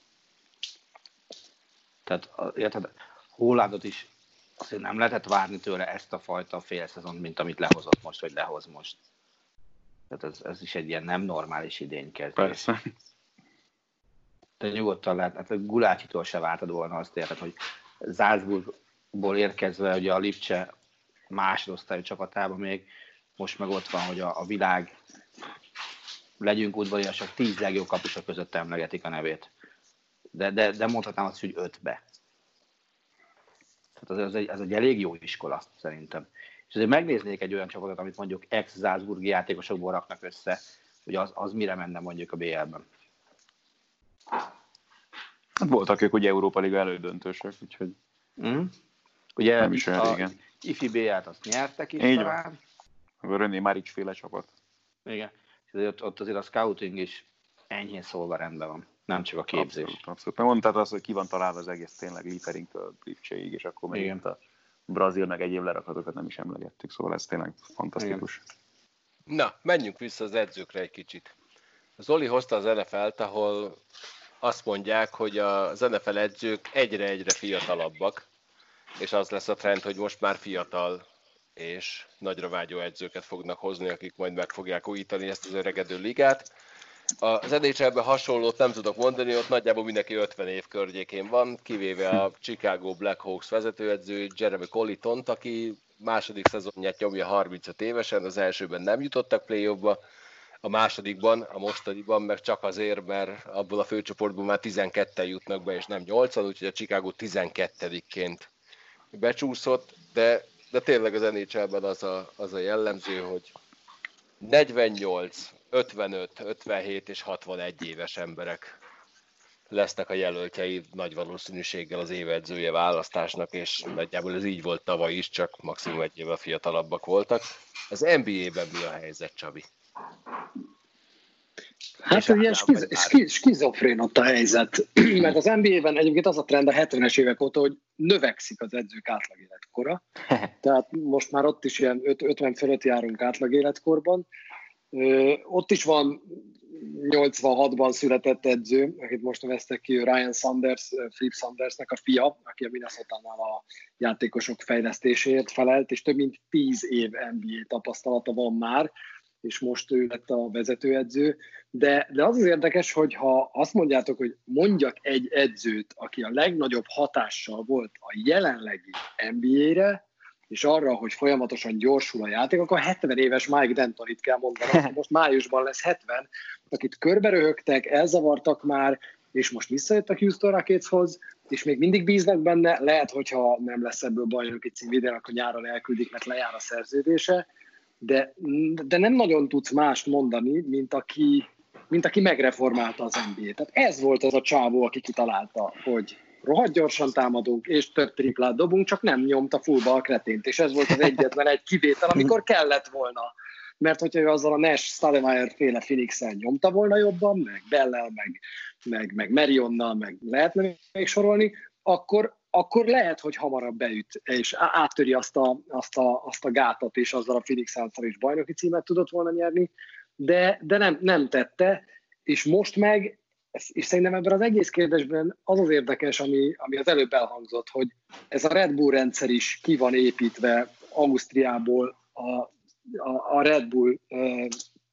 Tehát, érted, Haalandot is azért nem lehetett várni tőle ezt a fajta félszezont, mint amit lehozott most, vagy lehoz most. Tehát ez, ez is egy ilyen nem normális idénykezdés. Persze. De nyugodtan lehet, hát Gulácsitól se vártad volna azt, érted, hogy Salzburgból érkezve, ugye a Lipcse másodosztályú csapatában még, most meg ott van, hogy a, a világ, legyünk udvariasak, tíz legjobb kapusok között emlegetik a nevét. De, de, de mondhatnám azt, hogy ötbe. Tehát az, az, egy, az egy elég jó iskola, szerintem. És azért megnéznék egy olyan csapatot, amit mondjuk ex-Salzburgi játékosokból raknak össze, hogy az, az mire menne mondjuk a bé el-ben. Hát voltak ők ugye Európa Liga elődöntősök, úgyhogy... Mm. Ugye Nem is olyan a régen. ifi bé-ját azt nyertek is Így talán. A René Maric féle csapat. Igen. És azért, ott azért a scouting is enyhén szólva rendben van. Nem csak a képzés. Abszolút, abszolút. Mondtad azt, hogy ki van találva az egész tényleg Lieferingtől Lipcséig, és akkor még itt a brazil meg egyéb lerakatokat nem is emlegettük, szóval ez tényleg fantasztikus. Igen. Na, menjünk vissza az edzőkre egy kicsit. Zoli hozta az en ef el-t, ahol azt mondják, hogy az en ef el edzők egyre-egyre fiatalabbak, és az lesz a trend, hogy most már fiatal és nagyra vágyó edzőket fognak hozni, akik majd meg fogják újítani ezt az öregedő ligát. Az en há el-ben hasonlót nem tudok mondani, ott nagyjából mindenki ötven év környékén van, kivéve a Chicago Blackhawks vezetőedző Jeremy Colliton, aki második szezonját nyomja harmincöt évesen, az elsőben nem jutottak play-offba, a másodikban, a mostaniban meg csak azért, mert abból a főcsoportból már tizenketten jutnak be, és nem nyolcan, úgyhogy a Chicago tizenkettedikként becsúszott, de, de tényleg az en há el-ben az a, az a jellemző, hogy negyvennyolc, ötvenöt, ötvenhét és hatvanegy éves emberek lesznek a jelöltjei nagy valószínűséggel az évedzője választásnak, és nagyjából ez így volt tavaly is, csak maximum egy évvel fiatalabbak voltak. Az en bé á-ben mi a helyzet, Csabi? Hát ilyen skiz, skiz, skizofrén ott a helyzet, mert az en bé á-ben egyébként az a trend a hetvenes évek óta, hogy növekszik az edzők átlagéletkora. Tehát most már ott is ilyen ötven fölött járunk átlagéletkorban. Ott is van nyolcvanhatban született edző, akit most neveztek ki, Ryan Sanders, Flip Sandersnek a fia, aki a Minnesota-nál a játékosok fejlesztéséért felelt, és több mint tíz év en bé á tapasztalata van már, és most ő lett a vezetőedző. De, de az az érdekes, hogy ha azt mondjátok, hogy mondjak egy edzőt, aki a legnagyobb hatással volt a jelenlegi en bé á-re, és arra, hogy folyamatosan gyorsul a játék, akkor hetven éves Mike D'Antonit kell mondanom, most májusban lesz hetven, akit körberöhögtek, elzavartak már, és most visszajött a Houston Rocketshoz, és még mindig bíznak benne, lehet, hogyha nem lesz ebből bajnoki cím idén, akkor nyáron elküldik, mert lejár a szerződése, de, de nem nagyon tudsz mást mondani, mint aki, mint aki megreformálta az en bé á-t. Tehát ez volt az a csávó, aki kitalálta, hogy rohadt gyorsan támadunk, és több triplát dobunk, csak nem nyomta fullba a kretént, és ez volt az egyetlen egy kivétel, amikor kellett volna. Mert hogyha ő azzal a Nash Stoudemire féle Phoenix-el nyomta volna jobban, meg Bellel, meg, meg, meg Marionnal, meg lehetne még sorolni, akkor, akkor lehet, hogy hamarabb beüt, és áttöri azt a, azt a, azt a gátat, és azzal a Phoenix Suns-szal is bajnoki címet tudott volna nyerni, de, de nem, nem tette, és most meg, és szerintem ebben az egész kérdésben az az érdekes, ami, ami az előbb elhangzott, hogy ez a Red Bull rendszer is ki van építve Ausztriából a, a, a Red Bull uh,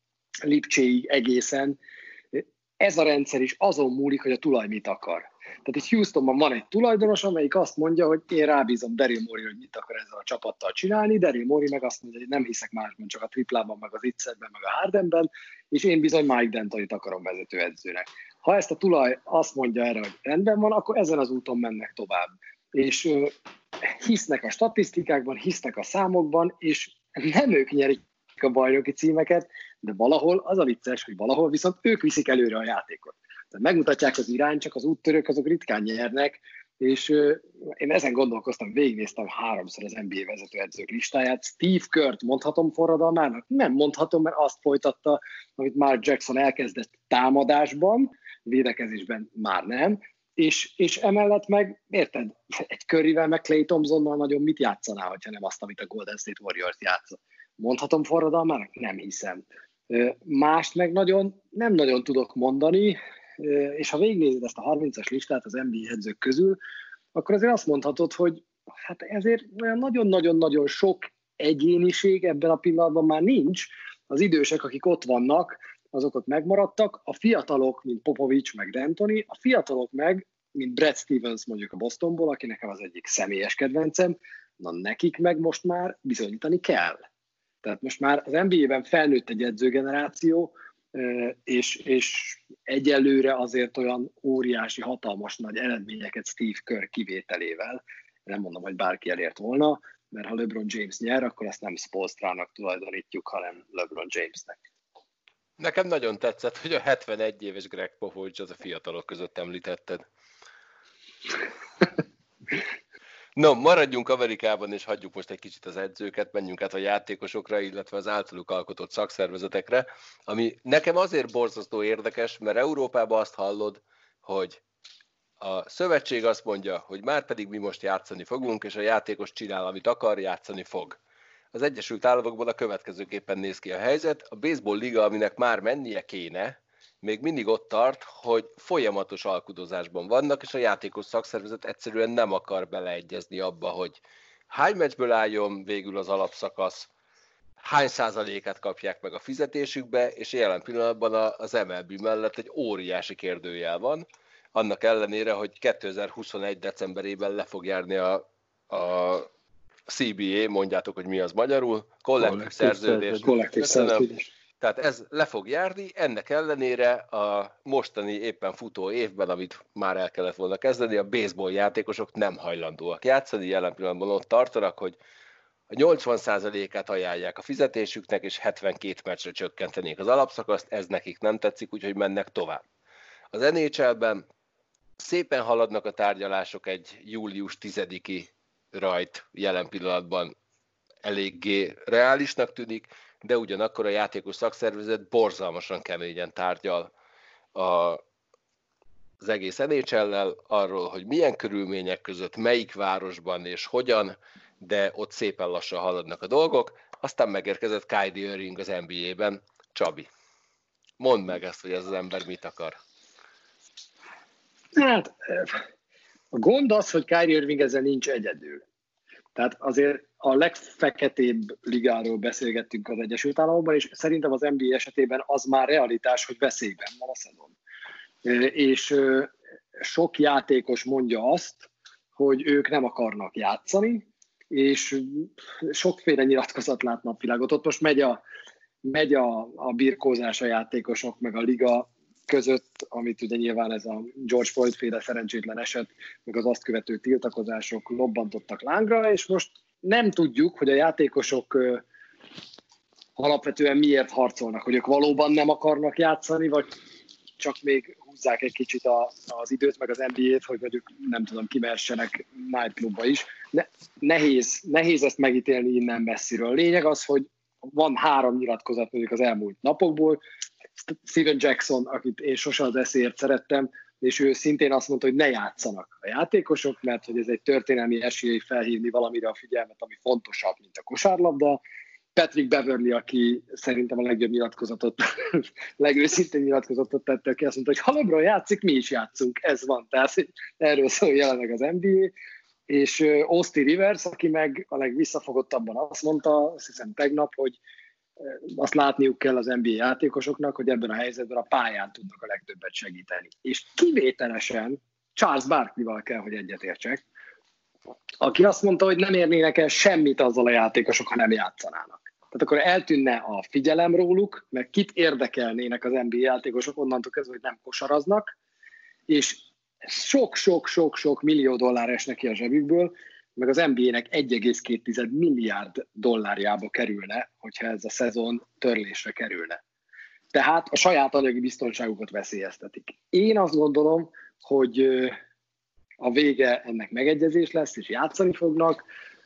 Lipcséig egészen. Ez a rendszer is azon múlik, hogy a tulaj mit akar. Tehát itt Houstonban van egy tulajdonos, amelyik azt mondja, hogy én rábízom Daryl Morey, hogy mit akar ezzel a csapattal csinálni, Daryl Morey meg azt mondja, hogy nem hiszek másban, csak a triplában, meg az ittszerben, meg a Hardenben, és én bizony Mike D'Antonit akarom vezetőedzőnek. Ha ezt a tulaj azt mondja erre, hogy rendben van, akkor ezen az úton mennek tovább. És uh, hisznek a statisztikákban, hisznek a számokban, és nem ők nyerik a bajnoki címeket, de valahol az a vicces, hogy valahol viszont ők viszik előre a játékot. Tehát megmutatják az irányt, csak az úttörők azok ritkán nyernek, és uh, én ezen gondolkoztam, végignéztem háromszor az en bé á vezetőedzők listáját. Steve Kerrt mondhatom forradalmának? Nem mondhatom, mert azt folytatta, amit Mark Jackson elkezdett támadásban, védekezésben már nem, és, és emellett meg, érted, egy Curryvel, meg Klay Thompsonnal nagyon mit játszanál, ha nem azt, amit a Golden State Warriors játszott. Mondhatom forradalmának? Nem hiszem. Mást meg nagyon, nem nagyon tudok mondani, és ha végignézed ezt a harmincas listát az en bé á edzők közül, akkor azért azt mondhatod, hogy hát ezért nagyon-nagyon-nagyon sok egyéniség ebben a pillanatban már nincs. Az idősek, akik ott vannak, azok ott megmaradtak, a fiatalok, mint Popovics, meg D'Antoni, a fiatalok meg, mint Brad Stevens mondjuk a Bostonból, aki nekem az egyik személyes kedvencem, na nekik meg most már bizonyítani kell. Tehát most már az en bé á-ben felnőtt egy edzőgeneráció, és, és egyelőre azért olyan óriási, hatalmas nagy eredményeket Steve Kerr kivételével, nem mondom, hogy bárki elért volna, mert ha LeBron James nyer, akkor ezt nem Spoelstrának tulajdonítjuk, hanem LeBron Jamesnek. Nekem nagyon tetszett, hogy a hetvenegy éves Greg Popovich az a fiatalok között említetted. No, maradjunk Amerikában, és hagyjuk most egy kicsit az edzőket, menjünk át a játékosokra, illetve az általuk alkotott szakszervezetekre, ami nekem azért borzasztó érdekes, mert Európában azt hallod, hogy a szövetség azt mondja, hogy már pedig mi most játszani fogunk, és a játékos csinál, amit akar, játszani fog. Az Egyesült Államokban a következőképpen néz ki a helyzet. A baseball liga, aminek már mennie kéne, még mindig ott tart, hogy folyamatos alkudozásban vannak, és a játékos szakszervezet egyszerűen nem akar beleegyezni abba, hogy hány meccsből álljon végül az alapszakasz, hány százalékát kapják meg a fizetésükbe, és jelen pillanatban az em el bé mellett egy óriási kérdőjel van, annak ellenére, hogy kétezer-huszonegy decemberében le fog járni a, a cé bé á, mondjátok, hogy mi az magyarul, kollektív szerződés. Kollektív szerződés. Tehát ez le fog járni, ennek ellenére a mostani éppen futó évben, amit már el kellett volna kezdeni, a baseball játékosok nem hajlandóak játszani, jelen pillanatban ott tartanak, hogy a nyolcvan százalékát ajánlják a fizetésüknek, és hetvenkét meccsre csökkentenék az alapszakaszt, ez nekik nem tetszik, úgyhogy mennek tovább. Az en há el-ben szépen haladnak a tárgyalások, egy július tizediki rajt jelen pillanatban eléggé reálisnak tűnik, de ugyanakkor a játékos szakszervezet borzalmasan keményen tárgyal a, az egész en há el-lel arról, hogy milyen körülmények között, melyik városban és hogyan, de ott szépen lassan haladnak a dolgok. Aztán megérkezett Kyrie Irving az en bé á-ben. Csabi, mondd meg ezt, hogy ez az ember mit akar. Hát, a gond az, hogy Kyrie Irving ezzel nincs egyedül. Tehát azért a legfeketébb ligáról beszélgettünk az Egyesült Államokban, és szerintem az en bé á esetében az már realitás, hogy veszélyben van a szezon. És sok játékos mondja azt, hogy ők nem akarnak játszani, és sokféle nyilatkozat lát napvilágot. Ott most megy a, megy a, a birkózás a játékosok, meg a liga között, amit ugye nyilván ez a George Floyd-féle szerencsétlen eset, meg az azt követő tiltakozások lobbantottak lángra, és most nem tudjuk, hogy a játékosok uh, alapvetően miért harcolnak, hogy ők valóban nem akarnak játszani, vagy csak még húzzák egy kicsit a, az időt, meg az en bé á-t, hogy mondjuk nem tudom, kimehessenek nightclubba is. Ne, nehéz, nehéz ezt megítélni innen messziről. Lényeg az, hogy van három nyilatkozat mondjuk az elmúlt napokból. Steven Jackson, akit én sose az eszéért szerettem, és ő szintén azt mondta, hogy ne játszanak a játékosok, mert hogy ez egy történelmi esély felhívni valamire a figyelmet, ami fontosabb, mint a kosárlabda. Patrick Beverly, aki szerintem a legjobb nyilatkozatot, legőszintén nyilatkozatot tette, aki azt mondta, hogy ha LeBron játszik, mi is játszunk, ez van. Tehát erről szól jelenleg az en bé á. És Austin Rivers, aki meg a legvisszafogottabban azt mondta, azt hiszem tegnap, hogy azt látniuk kell az en bé á játékosoknak, hogy ebben a helyzetben a pályán tudnak a legtöbbet segíteni. És kivételesen Charles Barkley-val kell, hogy egyetértsek, aki azt mondta, hogy nem érnének el semmit azzal a játékosok, ha nem játszanának. Tehát akkor eltűnne a figyelem róluk, mert kit érdekelnének az en bé á játékosok onnantól kezdve, hogy nem kosaraznak, és sok-sok-sok-sok millió dollár esne ki a zsebükből, meg az en bé á-nek egy egész két milliárd dollárjába kerülne, hogyha ez a szezon törlésre kerülne. Tehát a saját anyagi biztonságukat veszélyeztetik. Én azt gondolom, hogy a vége ennek megegyezés lesz, és játszani fognak.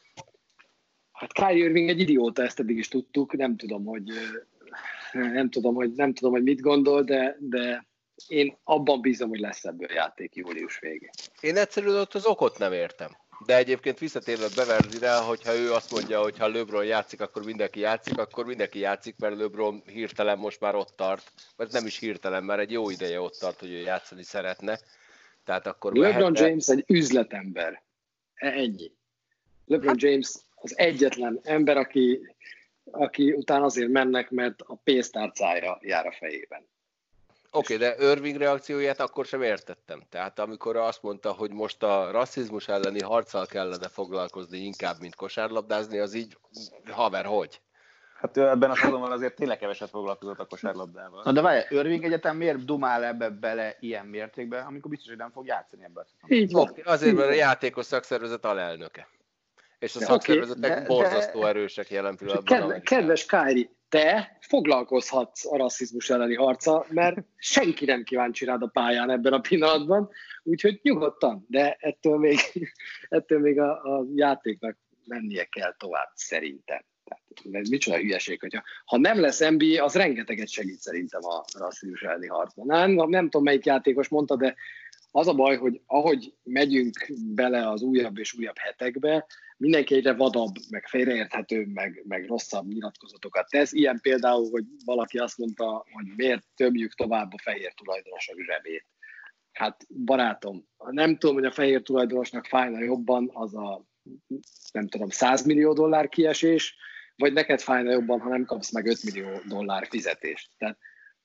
Hát Kyrie Irving egy idióta, ezt eddig is tudtuk, nem tudom, hogy, nem tudom, hogy, nem tudom, hogy mit gondol, de, de én abban bízom, hogy lesz ebből játék július végén. Én egyszerűen ott az okot nem értem. De egyébként visszatérve Beverlyre, hogyha ő azt mondja, hogy ha LeBron játszik, akkor mindenki játszik, akkor mindenki játszik, mert LeBron hirtelen most már ott tart. Vagy nem is hirtelen, mert egy jó ideje ott tart, hogy ő játszani szeretne. Tehát akkor LeBron lehetne... James egy üzletember. Ennyi. LeBron hát... James az egyetlen ember, aki, aki után azért mennek, mert a pénztárcája jár a fejében. Oké, okay, de Irving reakcióját akkor sem értettem. Tehát amikor azt mondta, hogy most a rasszizmus elleni harccal kellene foglalkozni inkább, mint kosárlabdázni, az így, haver, hogy? Hát ebben a szezonban azért tényleg keveset foglalkozott a kosárlabdával. Na de várj, Irving egyetem miért dumál ebbe bele ilyen mértékben, amikor biztos, hogy nem fog játszani ebben a szezonban? Így van. Okay, azért, mert a játékos szakszervezet alelnöke. És a szakszervezetek okay, borzasztó de... erősek jelen pillanatban. Kedve, kedves Kyrie, te foglalkozhatsz a rasszizmus elleni harca, mert senki nem kíváncsi rád a pályán ebben a pillanatban, úgyhogy nyugodtan, de ettől még, ettől még a, a játéknak mennie kell tovább szerintem. Tehát, micsoda hülyeség, hogyha ha nem lesz en bé á, az rengeteget segít szerintem a rasszizmus elleni harcban. Nem, nem tudom, melyik játékos mondta, de az a baj, hogy ahogy megyünk bele az újabb és újabb hetekbe, mindenki egyre vadabb, meg félreérthető, meg, meg rosszabb nyilatkozatokat tesz. Ilyen például, hogy valaki azt mondta, hogy miért tömjük tovább a fehér tulajdonosok zsebét. Hát barátom, nem tudom, hogy a fehér tulajdonosnak fájna jobban az a, nem tudom, száz millió dollár kiesés, vagy neked fájna jobban, ha nem kapsz meg öt millió dollár fizetést. Tehát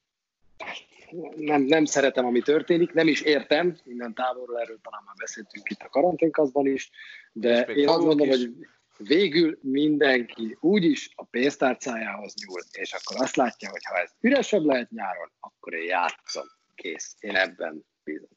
nem, nem szeretem, ami történik, nem is értem, innen távolról, erről talán már beszéltünk itt a karanténkazban is, de én azt mondom, hogy végül mindenki úgyis a pénztárcájához nyúl, és akkor azt látja, hogy ha ez üresebb lehet nyáron, akkor én játszom. Kész. Én ebben bízom.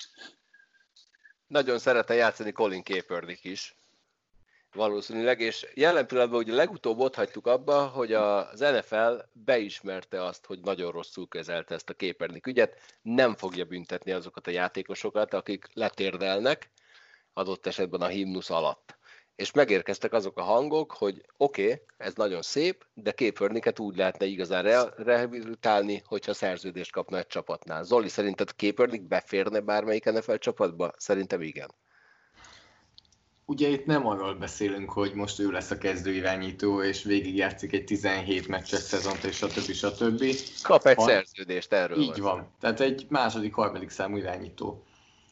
Nagyon szeretne játszani Colin Kaepernick is, valószínűleg, és jelen pillanatban ugye legutóbb ott hagytuk abba, hogy az en ef el beismerte azt, hogy nagyon rosszul kezelte ezt a Kaepernick ügyet, nem fogja büntetni azokat a játékosokat, akik letérdelnek, adott esetben a himnusz alatt. És megérkeztek azok a hangok, hogy oké, okay, ez nagyon szép, de Kaepernicket úgy lehetne igazán re- rehabilitálni, hogyha szerződést kapna egy csapatnál. Zoli, szerinted Kaepernick beférne bármelyik en ef el csapatba? Szerintem igen. Ugye itt nem arról beszélünk, hogy most ő lesz a kezdőirányító, és végigjátszik egy tizenhét meccses szezont, és stb. stb. Kap egy ha... szerződést, erről Így van. van. Tehát egy második, harmadik számú irányító.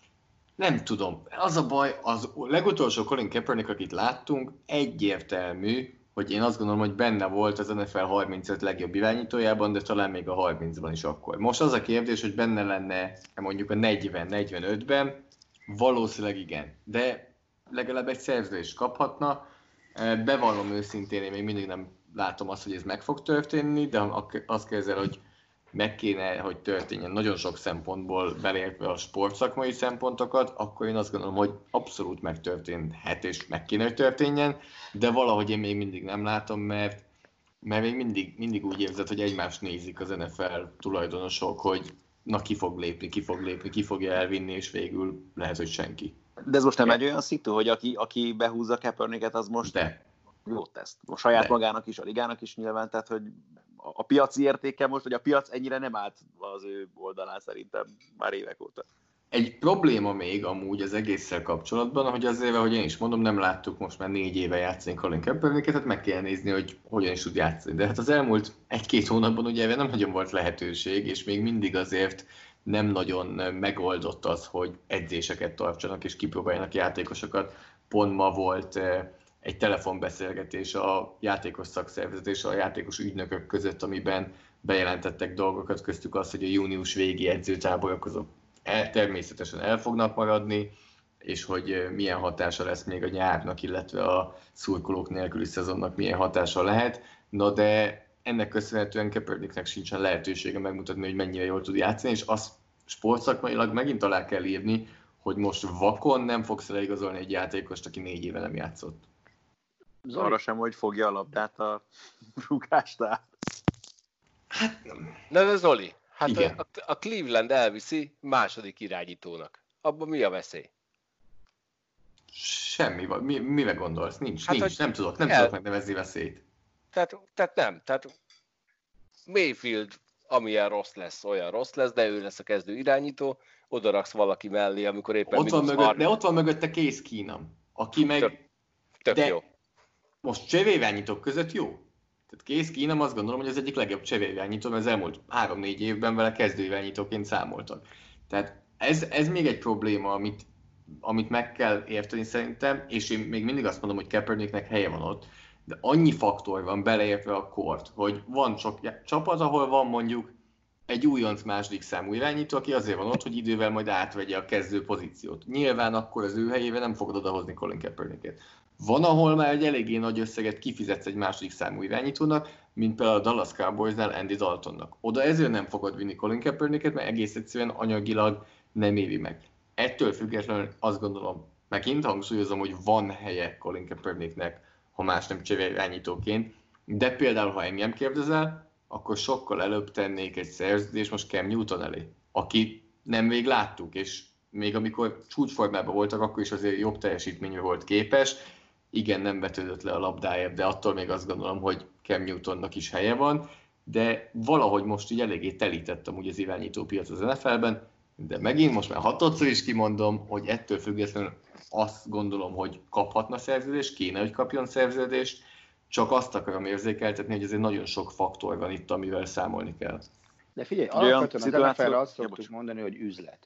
Nem tudom. Az a baj, az legutolsó Colin Kaepernick, akit láttunk, egyértelmű, hogy én azt gondolom, hogy benne volt az en ef el harmincöt legjobb irányítójában, de talán még a harmincban is akkor. Most az a kérdés, hogy benne lenne mondjuk a negyven-negyvenötben, valószínűleg igen. De legalább egy szerződést kaphatna. Bevallom őszintén, én még mindig nem látom azt, hogy ez meg fog történni, de azt kérdezel, hogy meg kéne, hogy történjen nagyon sok szempontból, beleértve a sportszakmai szempontokat, akkor én azt gondolom, hogy abszolút megtörténhet, és meg kéne, hogy történjen, de valahogy én még mindig nem látom, mert, mert még mindig, mindig úgy érzed, hogy egymást nézik az en ef el tulajdonosok, hogy na ki fog lépni, ki fog lépni, ki fogja elvinni, és végül lehet, hogy senki. De ez most nem egy olyan szitu, hogy aki, aki behúzza Kaepernicket, az most De. jót tesz. A saját De. magának is, a ligának is nyilván, tehát hogy a piaci értéke most, hogy a piac ennyire nem állt az ő oldalán szerintem már évek óta. Egy probléma még amúgy az egésszel kapcsolatban, hogy azért, ahogy én is mondom, nem láttuk most már négy éve játszani Colin Kaepernicket, tehát meg kell nézni, hogy hogyan is tud játszani. De hát az elmúlt egy-két hónapban ugye nem nagyon volt lehetőség, és még mindig azért nem nagyon megoldott az, hogy edzéseket tartsanak és kipróbáljanak játékosokat. Pont ma volt egy telefonbeszélgetés a játékos szakszervezet és a játékos ügynökök között, amiben bejelentettek dolgokat, köztük azt, hogy a június végi edzőtáborok azok el, természetesen el fognak maradni, és hogy milyen hatása lesz még a nyárnak, illetve a szurkolók nélküli szezonnak milyen hatása lehet. Na de ennek köszönhetően Kaepernicknek sincsen lehetősége megmutatni, hogy mennyire jól tud játszani, és azt sportszakmailag megint alá kell írni, hogy most vakon nem fogsz leigazolni egy játékost, aki négy éve nem játszott. Zoli. Arra sem, hogy fogja a labdát a rúgásnál. Hát nem. Na de Zoli, hát Igen. a, a Cleveland elviszi második irányítónak. Abban mi a veszély? Semmi. Mi, mire gondolsz? Nincs, Hát, nincs. Nem tudok, nem el... tudok megnevezni veszélyt. Tehát, tehát nem. Tehát Mayfield, amilyen rossz lesz, olyan rossz lesz, de ő lesz a kezdő irányító, oda raksz valaki mellé, amikor éppen... Ott van mögött, de ott van mögötte Case Keenum, aki meg... Tök, tök de jó. Most csevéirányítók között jó. Tehát Case Keenum azt gondolom, hogy az egyik legjobb csevéirányító, mert az elmúlt három-négy évben vele kezdőirányítóként számoltak. Tehát ez, ez még egy probléma, amit, amit meg kell érteni szerintem, és én még mindig azt mondom, hogy Kaepernicknek helye van ott, de annyi faktor van beleértve a kort, hogy van sok csapat, ahol van mondjuk egy újonc második számú irányító, aki azért van ott, hogy idővel majd átvegye a kezdő pozíciót. Nyilván akkor az ő helyével nem fogod odahozni Colin Kaepernicket. Van, ahol már egy eléggé nagy összeget kifizetsz egy második számú irányítónak, mint például a Dallas Cowboysnál Andy Daltonnak. Oda ezért nem fogod vinni Colin Kaepernicket, mert egész egyszerűen anyagilag nem éri meg. Ettől függetlenül azt gondolom, megint hangsúlyozom, hogy van helye Colin Kaepernicknek, ha más nem cserél irányítóként, De például, ha engem kérdezel, akkor sokkal előbb tennék egy szerződést most Cam Newton elé, aki nemrég láttuk, és még amikor csúcsformában voltak, akkor is azért jobb teljesítményre volt képes. Igen, nem vetődött le a labdáért, de attól még azt gondolom, hogy Cam Newtonnak is helye van, de valahogy most így eléggé telítettem úgy az irányító piac az en ef el-ben, de megint most már hatodszor is kimondom, hogy ettől függetlenül azt gondolom, hogy kaphatna szerződést, kéne, hogy kapjon szerződést, csak azt akarom érzékeltetni, hogy azért nagyon sok faktor van itt, amivel számolni kell. De figyelj, alapvetően az en ef el-re azt szoktuk ja, mondani, hogy üzlet.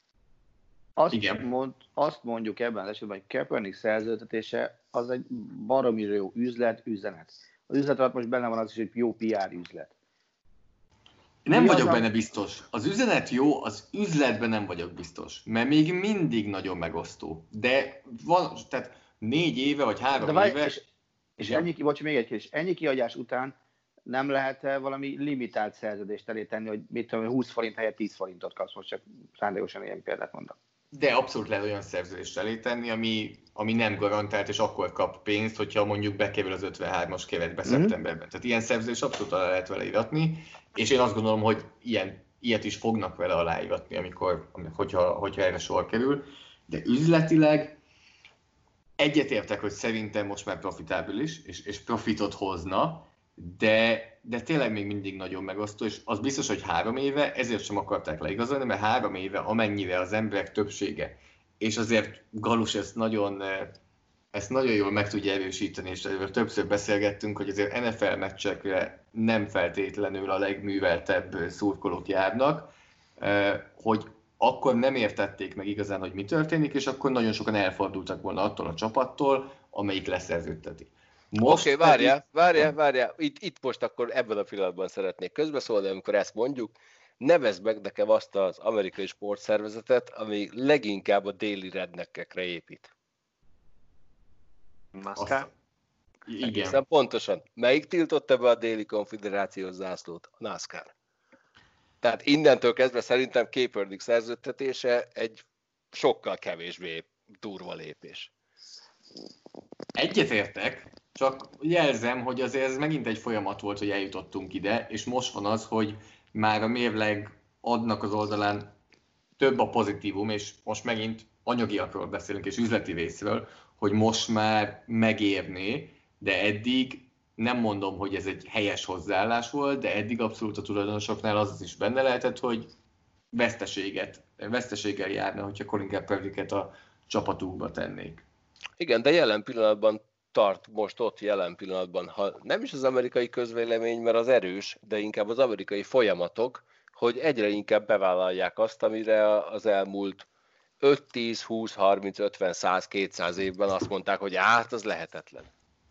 Azt, mond, azt mondjuk ebben az esetben, hogy Kaepernick szerződtetése az egy baromi jó üzlet, üzenet. Az üzlet alatt most benne van az is, hogy jó pé er üzlet. Nem Mi vagyok az benne biztos. Az üzenet jó, az üzletben nem vagyok biztos. Mert még mindig nagyon megosztó. De van, tehát négy éve vagy három De várj, éve... És, és ennyi, bocs, még egy kérdés. Ennyi kiadás után nem lehet valami limitált szerződést elé tenni, hogy mit tudom, húsz forint helyett tíz forintot kapsz, most csak szándékosan ilyen példát mondom. De abszolút lehet olyan szerződést elé tenni, ami, ami nem garantált, és akkor kap pénzt, hogyha mondjuk bekerül az ötvenhármas keretbe mm-hmm. szeptemberben. Tehát ilyen szerződést abszolút alá lehet vele iratni, és én azt gondolom, hogy ilyen, ilyet is fognak vele aláíratni, amikor, hogyha, hogyha erre sor kerül. De üzletileg egyetértek, hogy szerintem most már profitábilis, és, és profitot hozna, de, de tényleg még mindig nagyon megosztó, és az biztos, hogy három éve, ezért sem akarták leigazolni, mert három éve, amennyire az emberek többsége, és azért Galus ezt nagyon, ezt nagyon jól meg tudja erősíteni, és erről többször beszélgettünk, hogy azért en ef el meccsekre nem feltétlenül a legműveltebb szurkolók járnak, hogy akkor nem értették meg igazán, hogy mi történik, és akkor nagyon sokan elfordultak volna attól a csapattól, amelyik leszerződteti. Oké, okay, várjál, várjál, várjál. Itt, itt most akkor ebben a pillanatban szeretnék közbeszólni, amikor ezt mondjuk. Nevezd meg nekem azt az amerikai sportszervezetet, ami leginkább a déli redneckekre épít. NASCAR? Igen. Egészen pontosan. Melyik tiltotta be a déli konfederációs zászlót? A NASCAR. Tehát innentől kezdve szerintem Kaepernick szerződtetése egy sokkal kevésbé durva lépés. Egyetértek, csak jelzem, hogy azért ez megint egy folyamat volt, hogy eljutottunk ide, és most van az, hogy már a mérleg adnak az oldalán több a pozitívum, és most megint anyagiakról beszélünk, és üzleti részről, hogy most már megérné, de eddig nem mondom, hogy ez egy helyes hozzáállás volt, de eddig abszolút a tulajdonosoknál az is benne lehetett, hogy veszteséget, veszteséggel járna, hogyha Colin Kaepernicket a csapatukba tennék. Igen, de jelen pillanatban tart most ott jelen pillanatban, ha nem is az amerikai közvélemény, mert az erős, de inkább az amerikai folyamatok, hogy egyre inkább bevállalják azt, amire az elmúlt öt, tíz, húsz, harminc, ötven, száz, kétszáz évben azt mondták, hogy hát, az lehetetlen.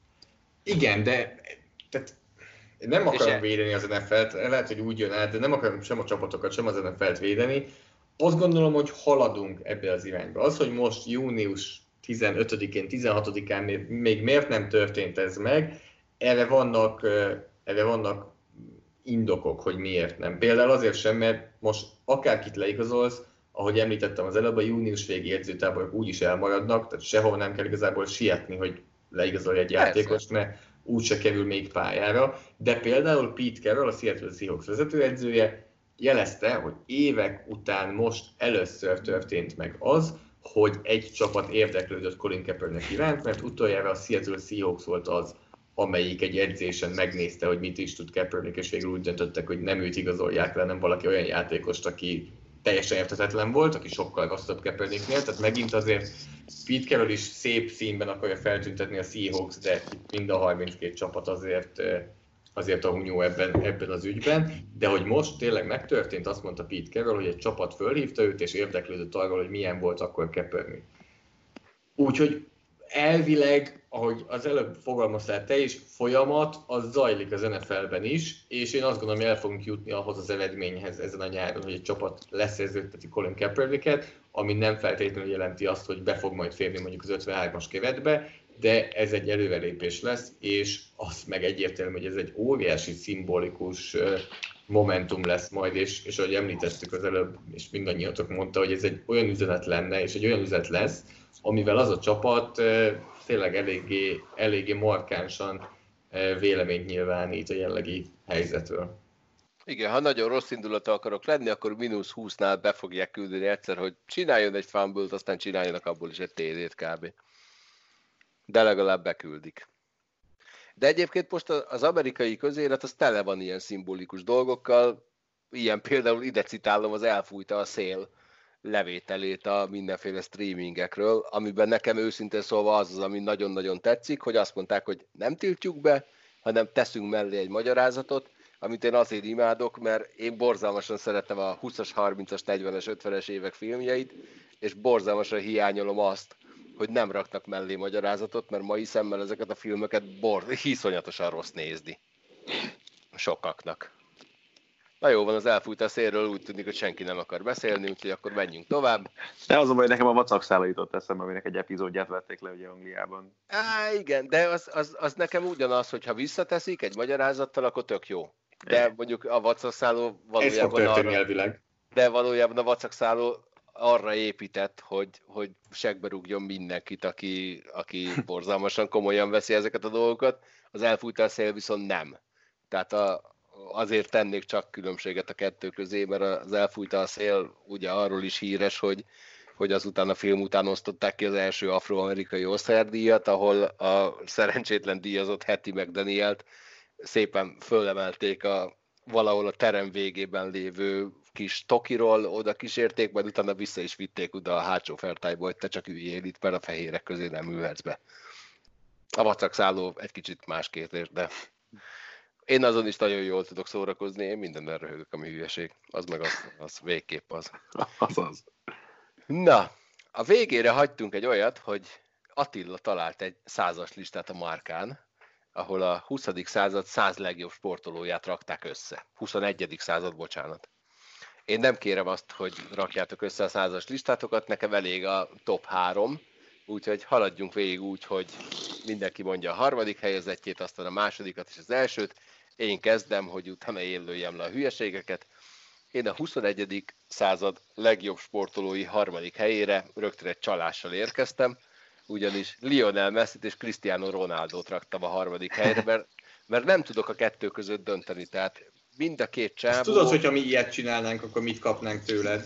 Igen, de tehát nem akarom védeni az en ef el-t, lehet, hogy úgy jön át, de nem akarom sem a csapatokat, sem az en ef el-t védeni. Azt gondolom, hogy haladunk ebbe az irányba. Az, hogy most június tizenötödikén, tizenhatodikán még miért nem történt ez meg, erre vannak, erre vannak indokok, hogy miért nem. Például azért sem, mert most akárkit leigazolsz, ahogy említettem az előbb, a június végi edzőtáborok úgyis elmaradnak, tehát sehol nem kell igazából sietni, hogy leigazolja egy játékost, mert úgyse kerül még pályára. De például Pete Carroll, a Seattle Seahawks vezetőedzője jelezte, hogy évek után most először történt meg az, hogy egy csapat érdeklődött Colin Kaepernick iránt, mert utoljára a Seattle Seahawks volt az, amelyik egy edzésen megnézte, hogy mit is tud Kaepernick, és végül úgy döntöttek, hogy nem őt igazolják le, hanem valaki olyan játékost, aki teljesen érthetetlen volt, aki sokkal rosszabb Kaepernicknél, tehát megint azért Pete Carroll is szép színben akarja feltüntetni a Seahawks, de mind a harminckét csapat azért, azért a hunyó ebben, ebben az ügyben, de hogy most tényleg megtörtént, azt mondta Pete Carroll, hogy egy csapat fölhívta őt, és érdeklődött arról, hogy milyen volt akkor Kaepernick. Úgyhogy elvileg, ahogy az előbb fogalmaztál te is, folyamat, az zajlik az en ef el-ben is, és én azt gondolom, hogy el fogunk jutni ahhoz az eredményhez ezen a nyáron, hogy egy csapat leszerződteti Colin Kaepernicket, ami nem feltétlenül jelenti azt, hogy be fog majd férni mondjuk az ötvenhármas keretbe, de ez egy előrelépés lesz, és az meg egyértelmű, hogy ez egy óriási szimbolikus momentum lesz majd, és, és ahogy említettük az előbb, és mindannyiatok mondta, hogy ez egy olyan üzenet lenne, és egy olyan üzenet lesz, amivel az a csapat tényleg eléggé, eléggé markánsan véleményt nyilvánít a jellegi helyzetről. Igen, ha nagyon rossz indulata akarok lenni, akkor mínusz húsznál be fogják küldeni egyszer, hogy csináljon egy fumble-t, aztán csináljanak abból is egy té dét kb. De legalább beküldik. De egyébként most az amerikai közélet az tele van ilyen szimbolikus dolgokkal, ilyen például ide citálom az elfújta a szél levételét a mindenféle streamingekről, amiben nekem őszintén szólva az az, ami nagyon-nagyon tetszik, hogy azt mondták, hogy nem tiltjuk be, hanem teszünk mellé egy magyarázatot, amit én azért imádok, mert én borzalmasan szeretem a húszas, harmincas, negyvenes, ötvenes évek filmjeit, és borzalmasan hiányolom azt, hogy nem raknak mellé magyarázatot, mert mai szemmel ezeket a filmeket bor, hiszonyatosan rossz nézni. Sokaknak. Na jó van, az elfújt a szélről, úgy tűnik, hogy senki nem akar beszélni, úgyhogy akkor menjünk tovább. De az a baj, nekem a vacakszála jutott eszembe, aminek egy epizódját vették le ugye Angliában. Á, igen, de az, az, az nekem ugyanaz, hogyha visszateszik egy magyarázattal, akkor tök jó. De mondjuk a vacakszálló valójában arra, de valójában a vacakszálló arra épített, hogy, hogy segbe rúgjon mindenkit, aki, aki borzalmasan komolyan veszi ezeket a dolgokat. Az elfújt a szél viszont nem. Tehát a, azért tennék csak különbséget a kettő közé, mert az elfújta a szél ugye arról is híres, hogy, hogy azután a film után osztották ki az első afroamerikai Oscar-díjat, ahol a szerencsétlen díjazott Hattie McDanielt szépen fölemelték a, valahol a terem végében lévő kis tokiról, oda kísérték, majd utána vissza is vitték oda a hátsó fertályba, hogy te csak üljél itt, mert a fehérek közé nem ülhetsz be. A vacakszálló egy kicsit más kérdés, de én azon is nagyon jól tudok szórakozni, én mindenben röhögök, ami hülyeség. Az meg az, az végképp az. Az az. Na, a végére hagytunk egy olyat, hogy Attila talált egy százas listát a Márkán, ahol a huszadik század száz legjobb sportolóját rakták össze. huszonegyedik század, bocsánat. Én nem kérem azt, hogy rakjátok össze a százas listátokat, nekem elég a top három, úgyhogy haladjunk végig úgy, hogy mindenki mondja a harmadik helyezettjét, aztán a másodikat és az elsőt. Én kezdem, hogy utána én lőjem le a hülyeségeket. Én a huszonegyedik század legjobb sportolói harmadik helyére rögtön egy csalással érkeztem, ugyanis Lionel Messit és Cristiano Ronaldót raktam a harmadik helyre, mert, mert nem tudok a kettő között dönteni, tehát mind a két csávó... Tudod, hogyha mi ilyet csinálnánk, akkor mit kapnánk tőled?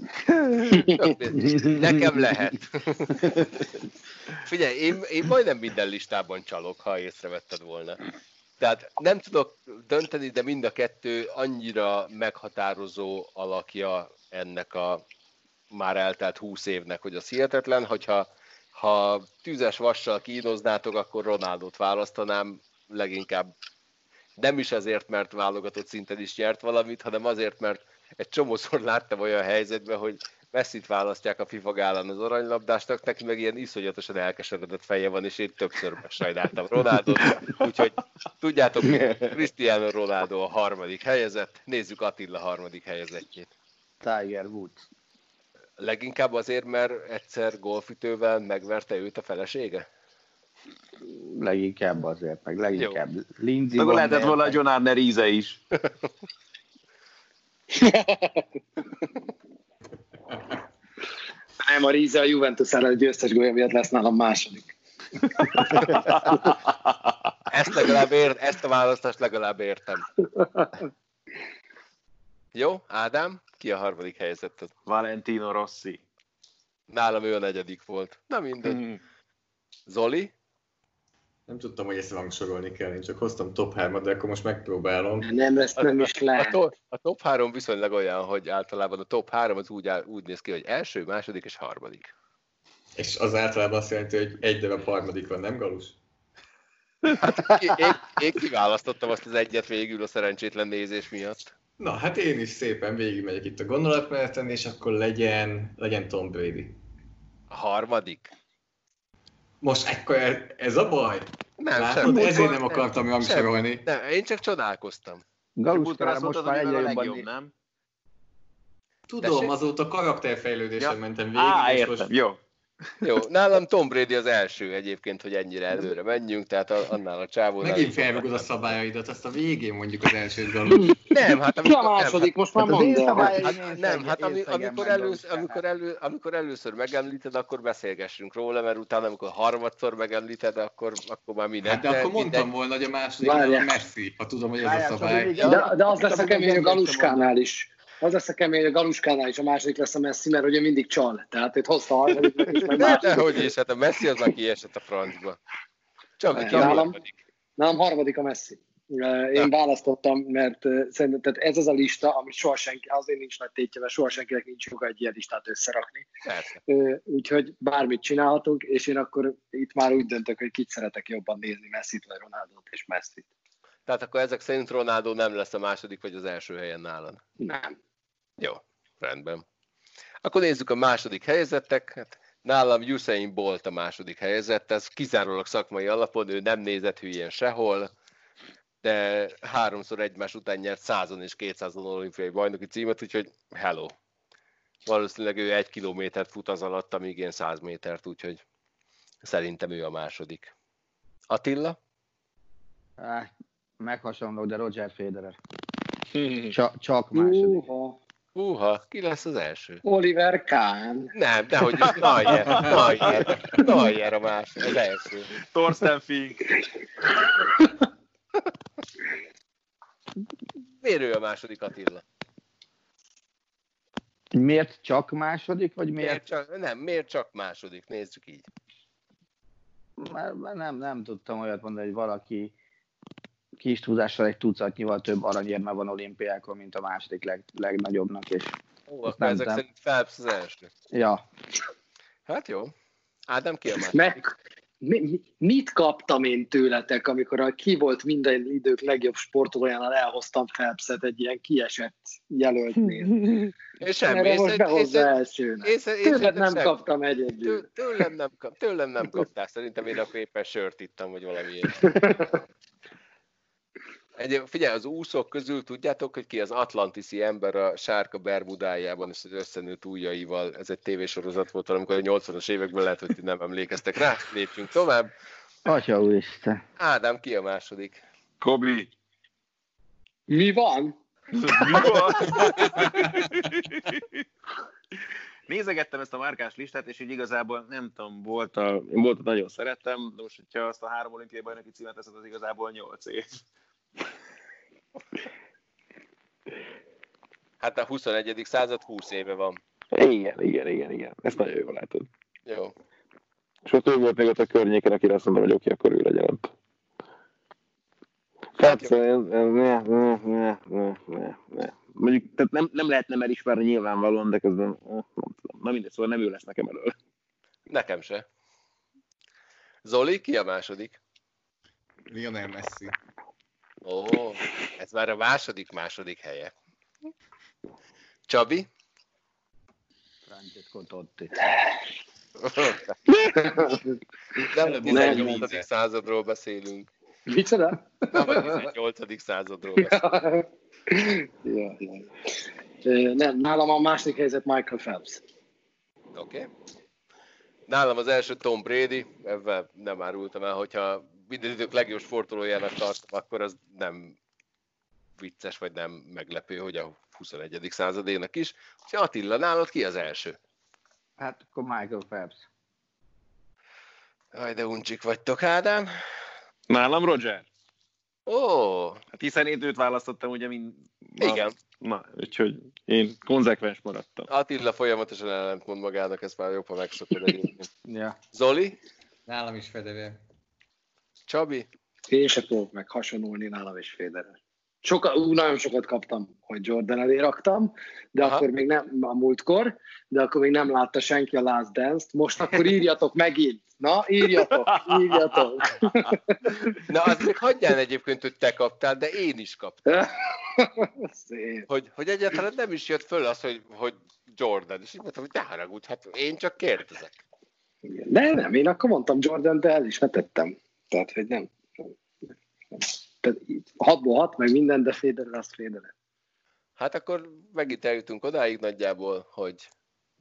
Nekem lehet. Figyelj, én, én majdnem minden listában csalok, ha észrevetted volna. Tehát nem tudok dönteni, de mind a kettő annyira meghatározó alakja ennek a már eltelt húsz évnek, hogy az hihetetlen, hogyha ha tüzes vassal kínoznátok, akkor Ronaldót választanám, leginkább nem is azért, mert válogatott szinten is nyert valamit, hanem azért, mert egy csomószor láttam olyan helyzetben, hogy Messit választják a FIFA gálán az aranylabdásnak, neki meg ilyen iszonyatosan elkeseredett feje van, és én többször megsajnáltam Ronaldót, úgyhogy tudjátok, Cristiano Ronaldo a harmadik helyezett, nézzük Attila harmadik helyezettjét. Tiger Woods. Leginkább azért, mert egyszer golfütővel megverte őt a felesége? Leginkább azért, meg leginkább Lindsay Akkor van, lehetett volna a John Arne íze is. Nem, a Rize a Juventus-ára a győztes gólya miatt lesz nálam második. Ezt, legalább ér, ezt a választást legalább értem. Jó, Ádám, ki a harmadik helyezetted? Valentino Rossi. Nálam ő a negyedik volt. Na mindegy. Mm. Zoli? Nem tudtam, hogy ezt rangsorolni kell, én csak hoztam top hármat, de akkor most megpróbálom. Nem, ezt nem is lehet. A, top, a top három viszonylag olyan, hogy általában a top három az úgy, áll, úgy néz ki, hogy első, második és harmadik. És az általában azt jelenti, hogy egy darab harmadik van, nem Galus? Hát én, én kiválasztottam azt az egyet végül a szerencsétlen nézés miatt. Na, hát én is szépen végigmegyek itt a gondolatmeneten, és akkor legyen, legyen Tom Brady. A harmadik? Most ekkor ez a baj? Nem, Látod, ezért nem akartam rangsorolni. Nem, én csak csodálkoztam. Galuszkára most már egyre jobban né... nem? Tudom, tessék? Azóta karakterfejlődésen ja. mentem végig. Á, és értem, most jó. Jó, nálam Tom Brady az első egyébként, hogy ennyire előre menjünk, tehát annál a csávónál... Megint felrugod a szabályaidat, azt a végén mondjuk az elsőt galul. Nem, hát Ki amikor... a második? Most már Hát az mondd én el. szabályaim Hát, én nem, szeg- hát én ami, szegem amikor, meg először, Galuskán. amikor, elő, amikor először megemlíted, akkor beszélgessünk róla, mert utána, amikor harmadszor megemlíted, akkor, akkor már minden. Hát de akkor mondtam volna, hogy a második Várjál. a Messi, ha tudom, hogy ez a Várjál, szabály. Csabi, De, de az lesz a Csak kemény a még Galuskánál is. Az lesz a kemény a Galuskánál is, a második lesz a Messi, mert ugye mindig csal. Tehát itt hozta a harmadik, és majd De, második. de hogy is, hát a Messi az már kiesett a francba. Csak Nem, ki a nálam- harmadik. Nem, harmadik a Messi. Én Na. választottam, mert eh, szerintem tehát ez az a lista, amit soha senki, azért nincs nagy tétje, mert soha senkinek nincs joga egy ilyen listát összerakni. Persze. Ö, Úgyhogy bármit csinálhatunk, és én akkor itt már úgy döntök, hogy kit szeretek jobban nézni, Messit vagy Ronaldót és Messit. Tehát akkor ezek szerint Ronaldo nem lesz a második vagy az első helyen nálad. Nem. Jó, rendben. Akkor nézzük a második helyezetteket. Nálam Usain Bolt a második helyezett, ez kizárólag szakmai alapon, ő nem nézett hülyén sehol, de háromszor egymás után nyert százon és kétszázon olimpiai bajnoki címet, úgyhogy hello. Valószínűleg ő egy kilométert fut az alatt, amíg én száz métert, úgyhogy szerintem ő a második. Attila? Á, meghasonlok, de Roger Federer. Csak, csak második. Húha. Húha, ki lesz az első? Oliver Kahn. Nem, dehogy is, Neuer, Neuer, Neuer a más, az első. Thorsten Fink. Miért ő a második, Attila? Miért csak második, vagy Miért miért? csak, nem, miért csak második? Nézzük így. Mert, mert nem, nem tudtam olyat mondani, hogy valaki kis túlzással egy tucatnyival több aranyérme van olimpiákon, mint a második leg, legnagyobbnak. És Ó, azt akkor nem ezek tudom. szerint Phelps az első. Ja, Hát jó. Ádám, ki a második? Meg, mi, mi- mit kaptam én tőletek, amikor a ki volt minden idők legjobb sportolójánál elhoztam Phelpset egy ilyen kiesett jelöltnél. És semmi. Erre Én most szerint- én behozza szerint- elsőnek. én szerint- én Tőled szerintem nem semmi. kaptam egyedül. Tő- Tőlem nem, kap, tőlem nem kaptál, szerintem én akkor éppen sört ittam, vagy valami ilyen. Egyébként figyelj, az úszók közül tudjátok, hogy ki az atlantiszi ember a sárga bermudájában és az összenőtt ujjaival. Ez egy tévésorozat volt, amikor a nyolcvanas években lehet, hogy ti nem emlékeztek rá. Lépjünk tovább. atya úristen. Ádám, ki a második? Kobi. Mi van? Nézegettem ezt a márkás listát, és így igazából nem tudom, volt a, én voltat nagyon szerettem, de most, hogyha azt a három olimpiai bajnoki címet teszed, az igazából nyolc év. Hát a huszonegyedik század húsz éve van. Igen, igen, igen, igen. Ezt nagyon jól látod. Jó. És ott ő volt még ott a környéken, akire azt mondom, hogy oké, akkor ő legyen ott. Tehát, ne, ne, ne, ne, ne, ne. Mondjuk, tehát nem, nem lehet nem elismerni nyilvánvalóan, de közben nem tudom. Na mindegy, szóval nem ő lesz nekem elől. Nekem se. Zoli, ki a második? Lionel Messi. Ó, ez már a második-második helye. Csabi? Francesco Totti. Nem a Nem, tizennyolcadik nem. századról beszélünk. Micsoda? Nem a tizennyolcadik századról beszélünk. ja, ja. Ö, Nem, nálam a második helyzet Michael Phelps. Oké. Okay. Nálam az első Tom Brady, ebben nem árultam el, hogyha minden idők legjobb sportolójának tartom, akkor az nem vicces, vagy nem meglepő, hogy a huszonegyedik századénak is. És Attila, nálad ki az első? Hát akkor Michael Phelps. Aj, de uncsik vagytok, Ádám. Nálam Roger. Ó, Hát hiszen én őt választottam, ugye, mind... igen. Na, úgyhogy én konzekvens maradtam. Attila folyamatosan ellentmond magának, ezt már jobban megszokod egyébként. Ja. Zoli? Nálam is Federer. Csabi? Én se tudok meg hasonlulni nálam és Federer. Soka, ú, nagyon sokat kaptam, hogy Jordan elé raktam, de Aha. akkor még nem a múltkor, de akkor még nem látta senki a Last Dance-t. Most akkor írjatok megint. Na, írjatok, írjatok. Na, az még hagyján egyébként, hogy te kaptál, de én is kaptam. Szép. Hogy, hogy egyáltalán nem is jött föl az, hogy, hogy Jordan. És így mondtam, hogy ne haragudj, hát én csak kérdezek. De nem, én akkor mondtam Jordan, de el is vetettem. Tehát, hogy nem. Tehát hatból hat, meg minden, de Federer az Federer. Hát akkor megint eljutunk odáig nagyjából, hogy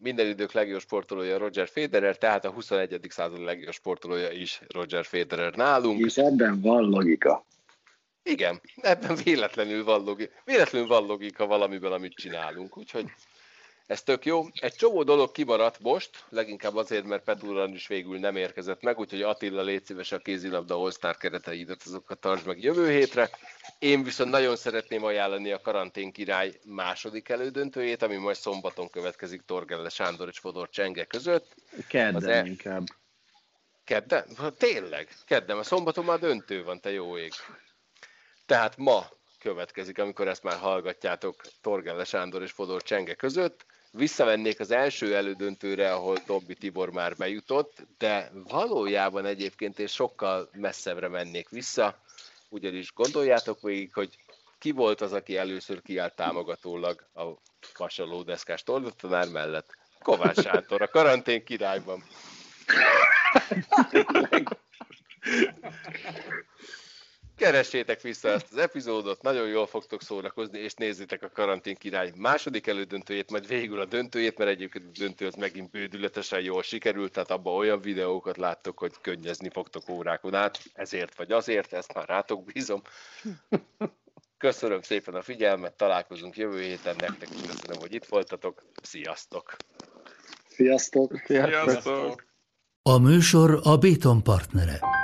minden idők legjobb sportolója Roger Federer, tehát a huszonegyedik század legjobb sportolója is Roger Federer nálunk. És ebben van logika. Igen, ebben véletlenül van logika, véletlenül van logika valamiből, amit csinálunk, úgyhogy ez tök jó. Egy csomó dolog kimaradt most, leginkább azért, mert Petúran is végül nem érkezett meg, úgyhogy Attila, légy szíves, a kézilabda All-Star kereteidet, azokat tartsd meg jövő hétre. Én viszont nagyon szeretném ajánlani a Karantén Király második elődöntőjét, ami majd szombaton következik Torgelle Sándor és Fodor Csenge között. Kedden e... inkább. Kedden? Tényleg? Kedden, a szombaton már döntő van, te jó ég. Tehát ma következik, amikor ezt már hallgatjátok, Torgelle Sándor és Fodor Csenge között. Visszavennék az első elődöntőre, ahol Dobby Tibor már bejutott, de valójában egyébként én sokkal messzebbre mennék vissza, ugyanis gondoljátok végig, hogy ki volt az, aki először kiállt támogatólag a vasalódeszkás tornatanár mellett? Kovács Sándor, a Karantén Királyban. Keressétek vissza ezt az epizódot, nagyon jól fogtok szórakozni, és nézzétek a Karantén Király második elődöntőjét, majd végül a döntőjét, mert egyébként a döntő az megint bődületesen jól sikerült, tehát abban olyan videókat láttok, hogy könnyezni fogtok órákon át, ezért vagy azért, ezt már rátok bízom. Köszönöm szépen a figyelmet, találkozunk jövő héten, nektek is köszönöm, hogy itt voltatok, sziasztok! Sziasztok! Sziasztok! A műsor a Béton partnere.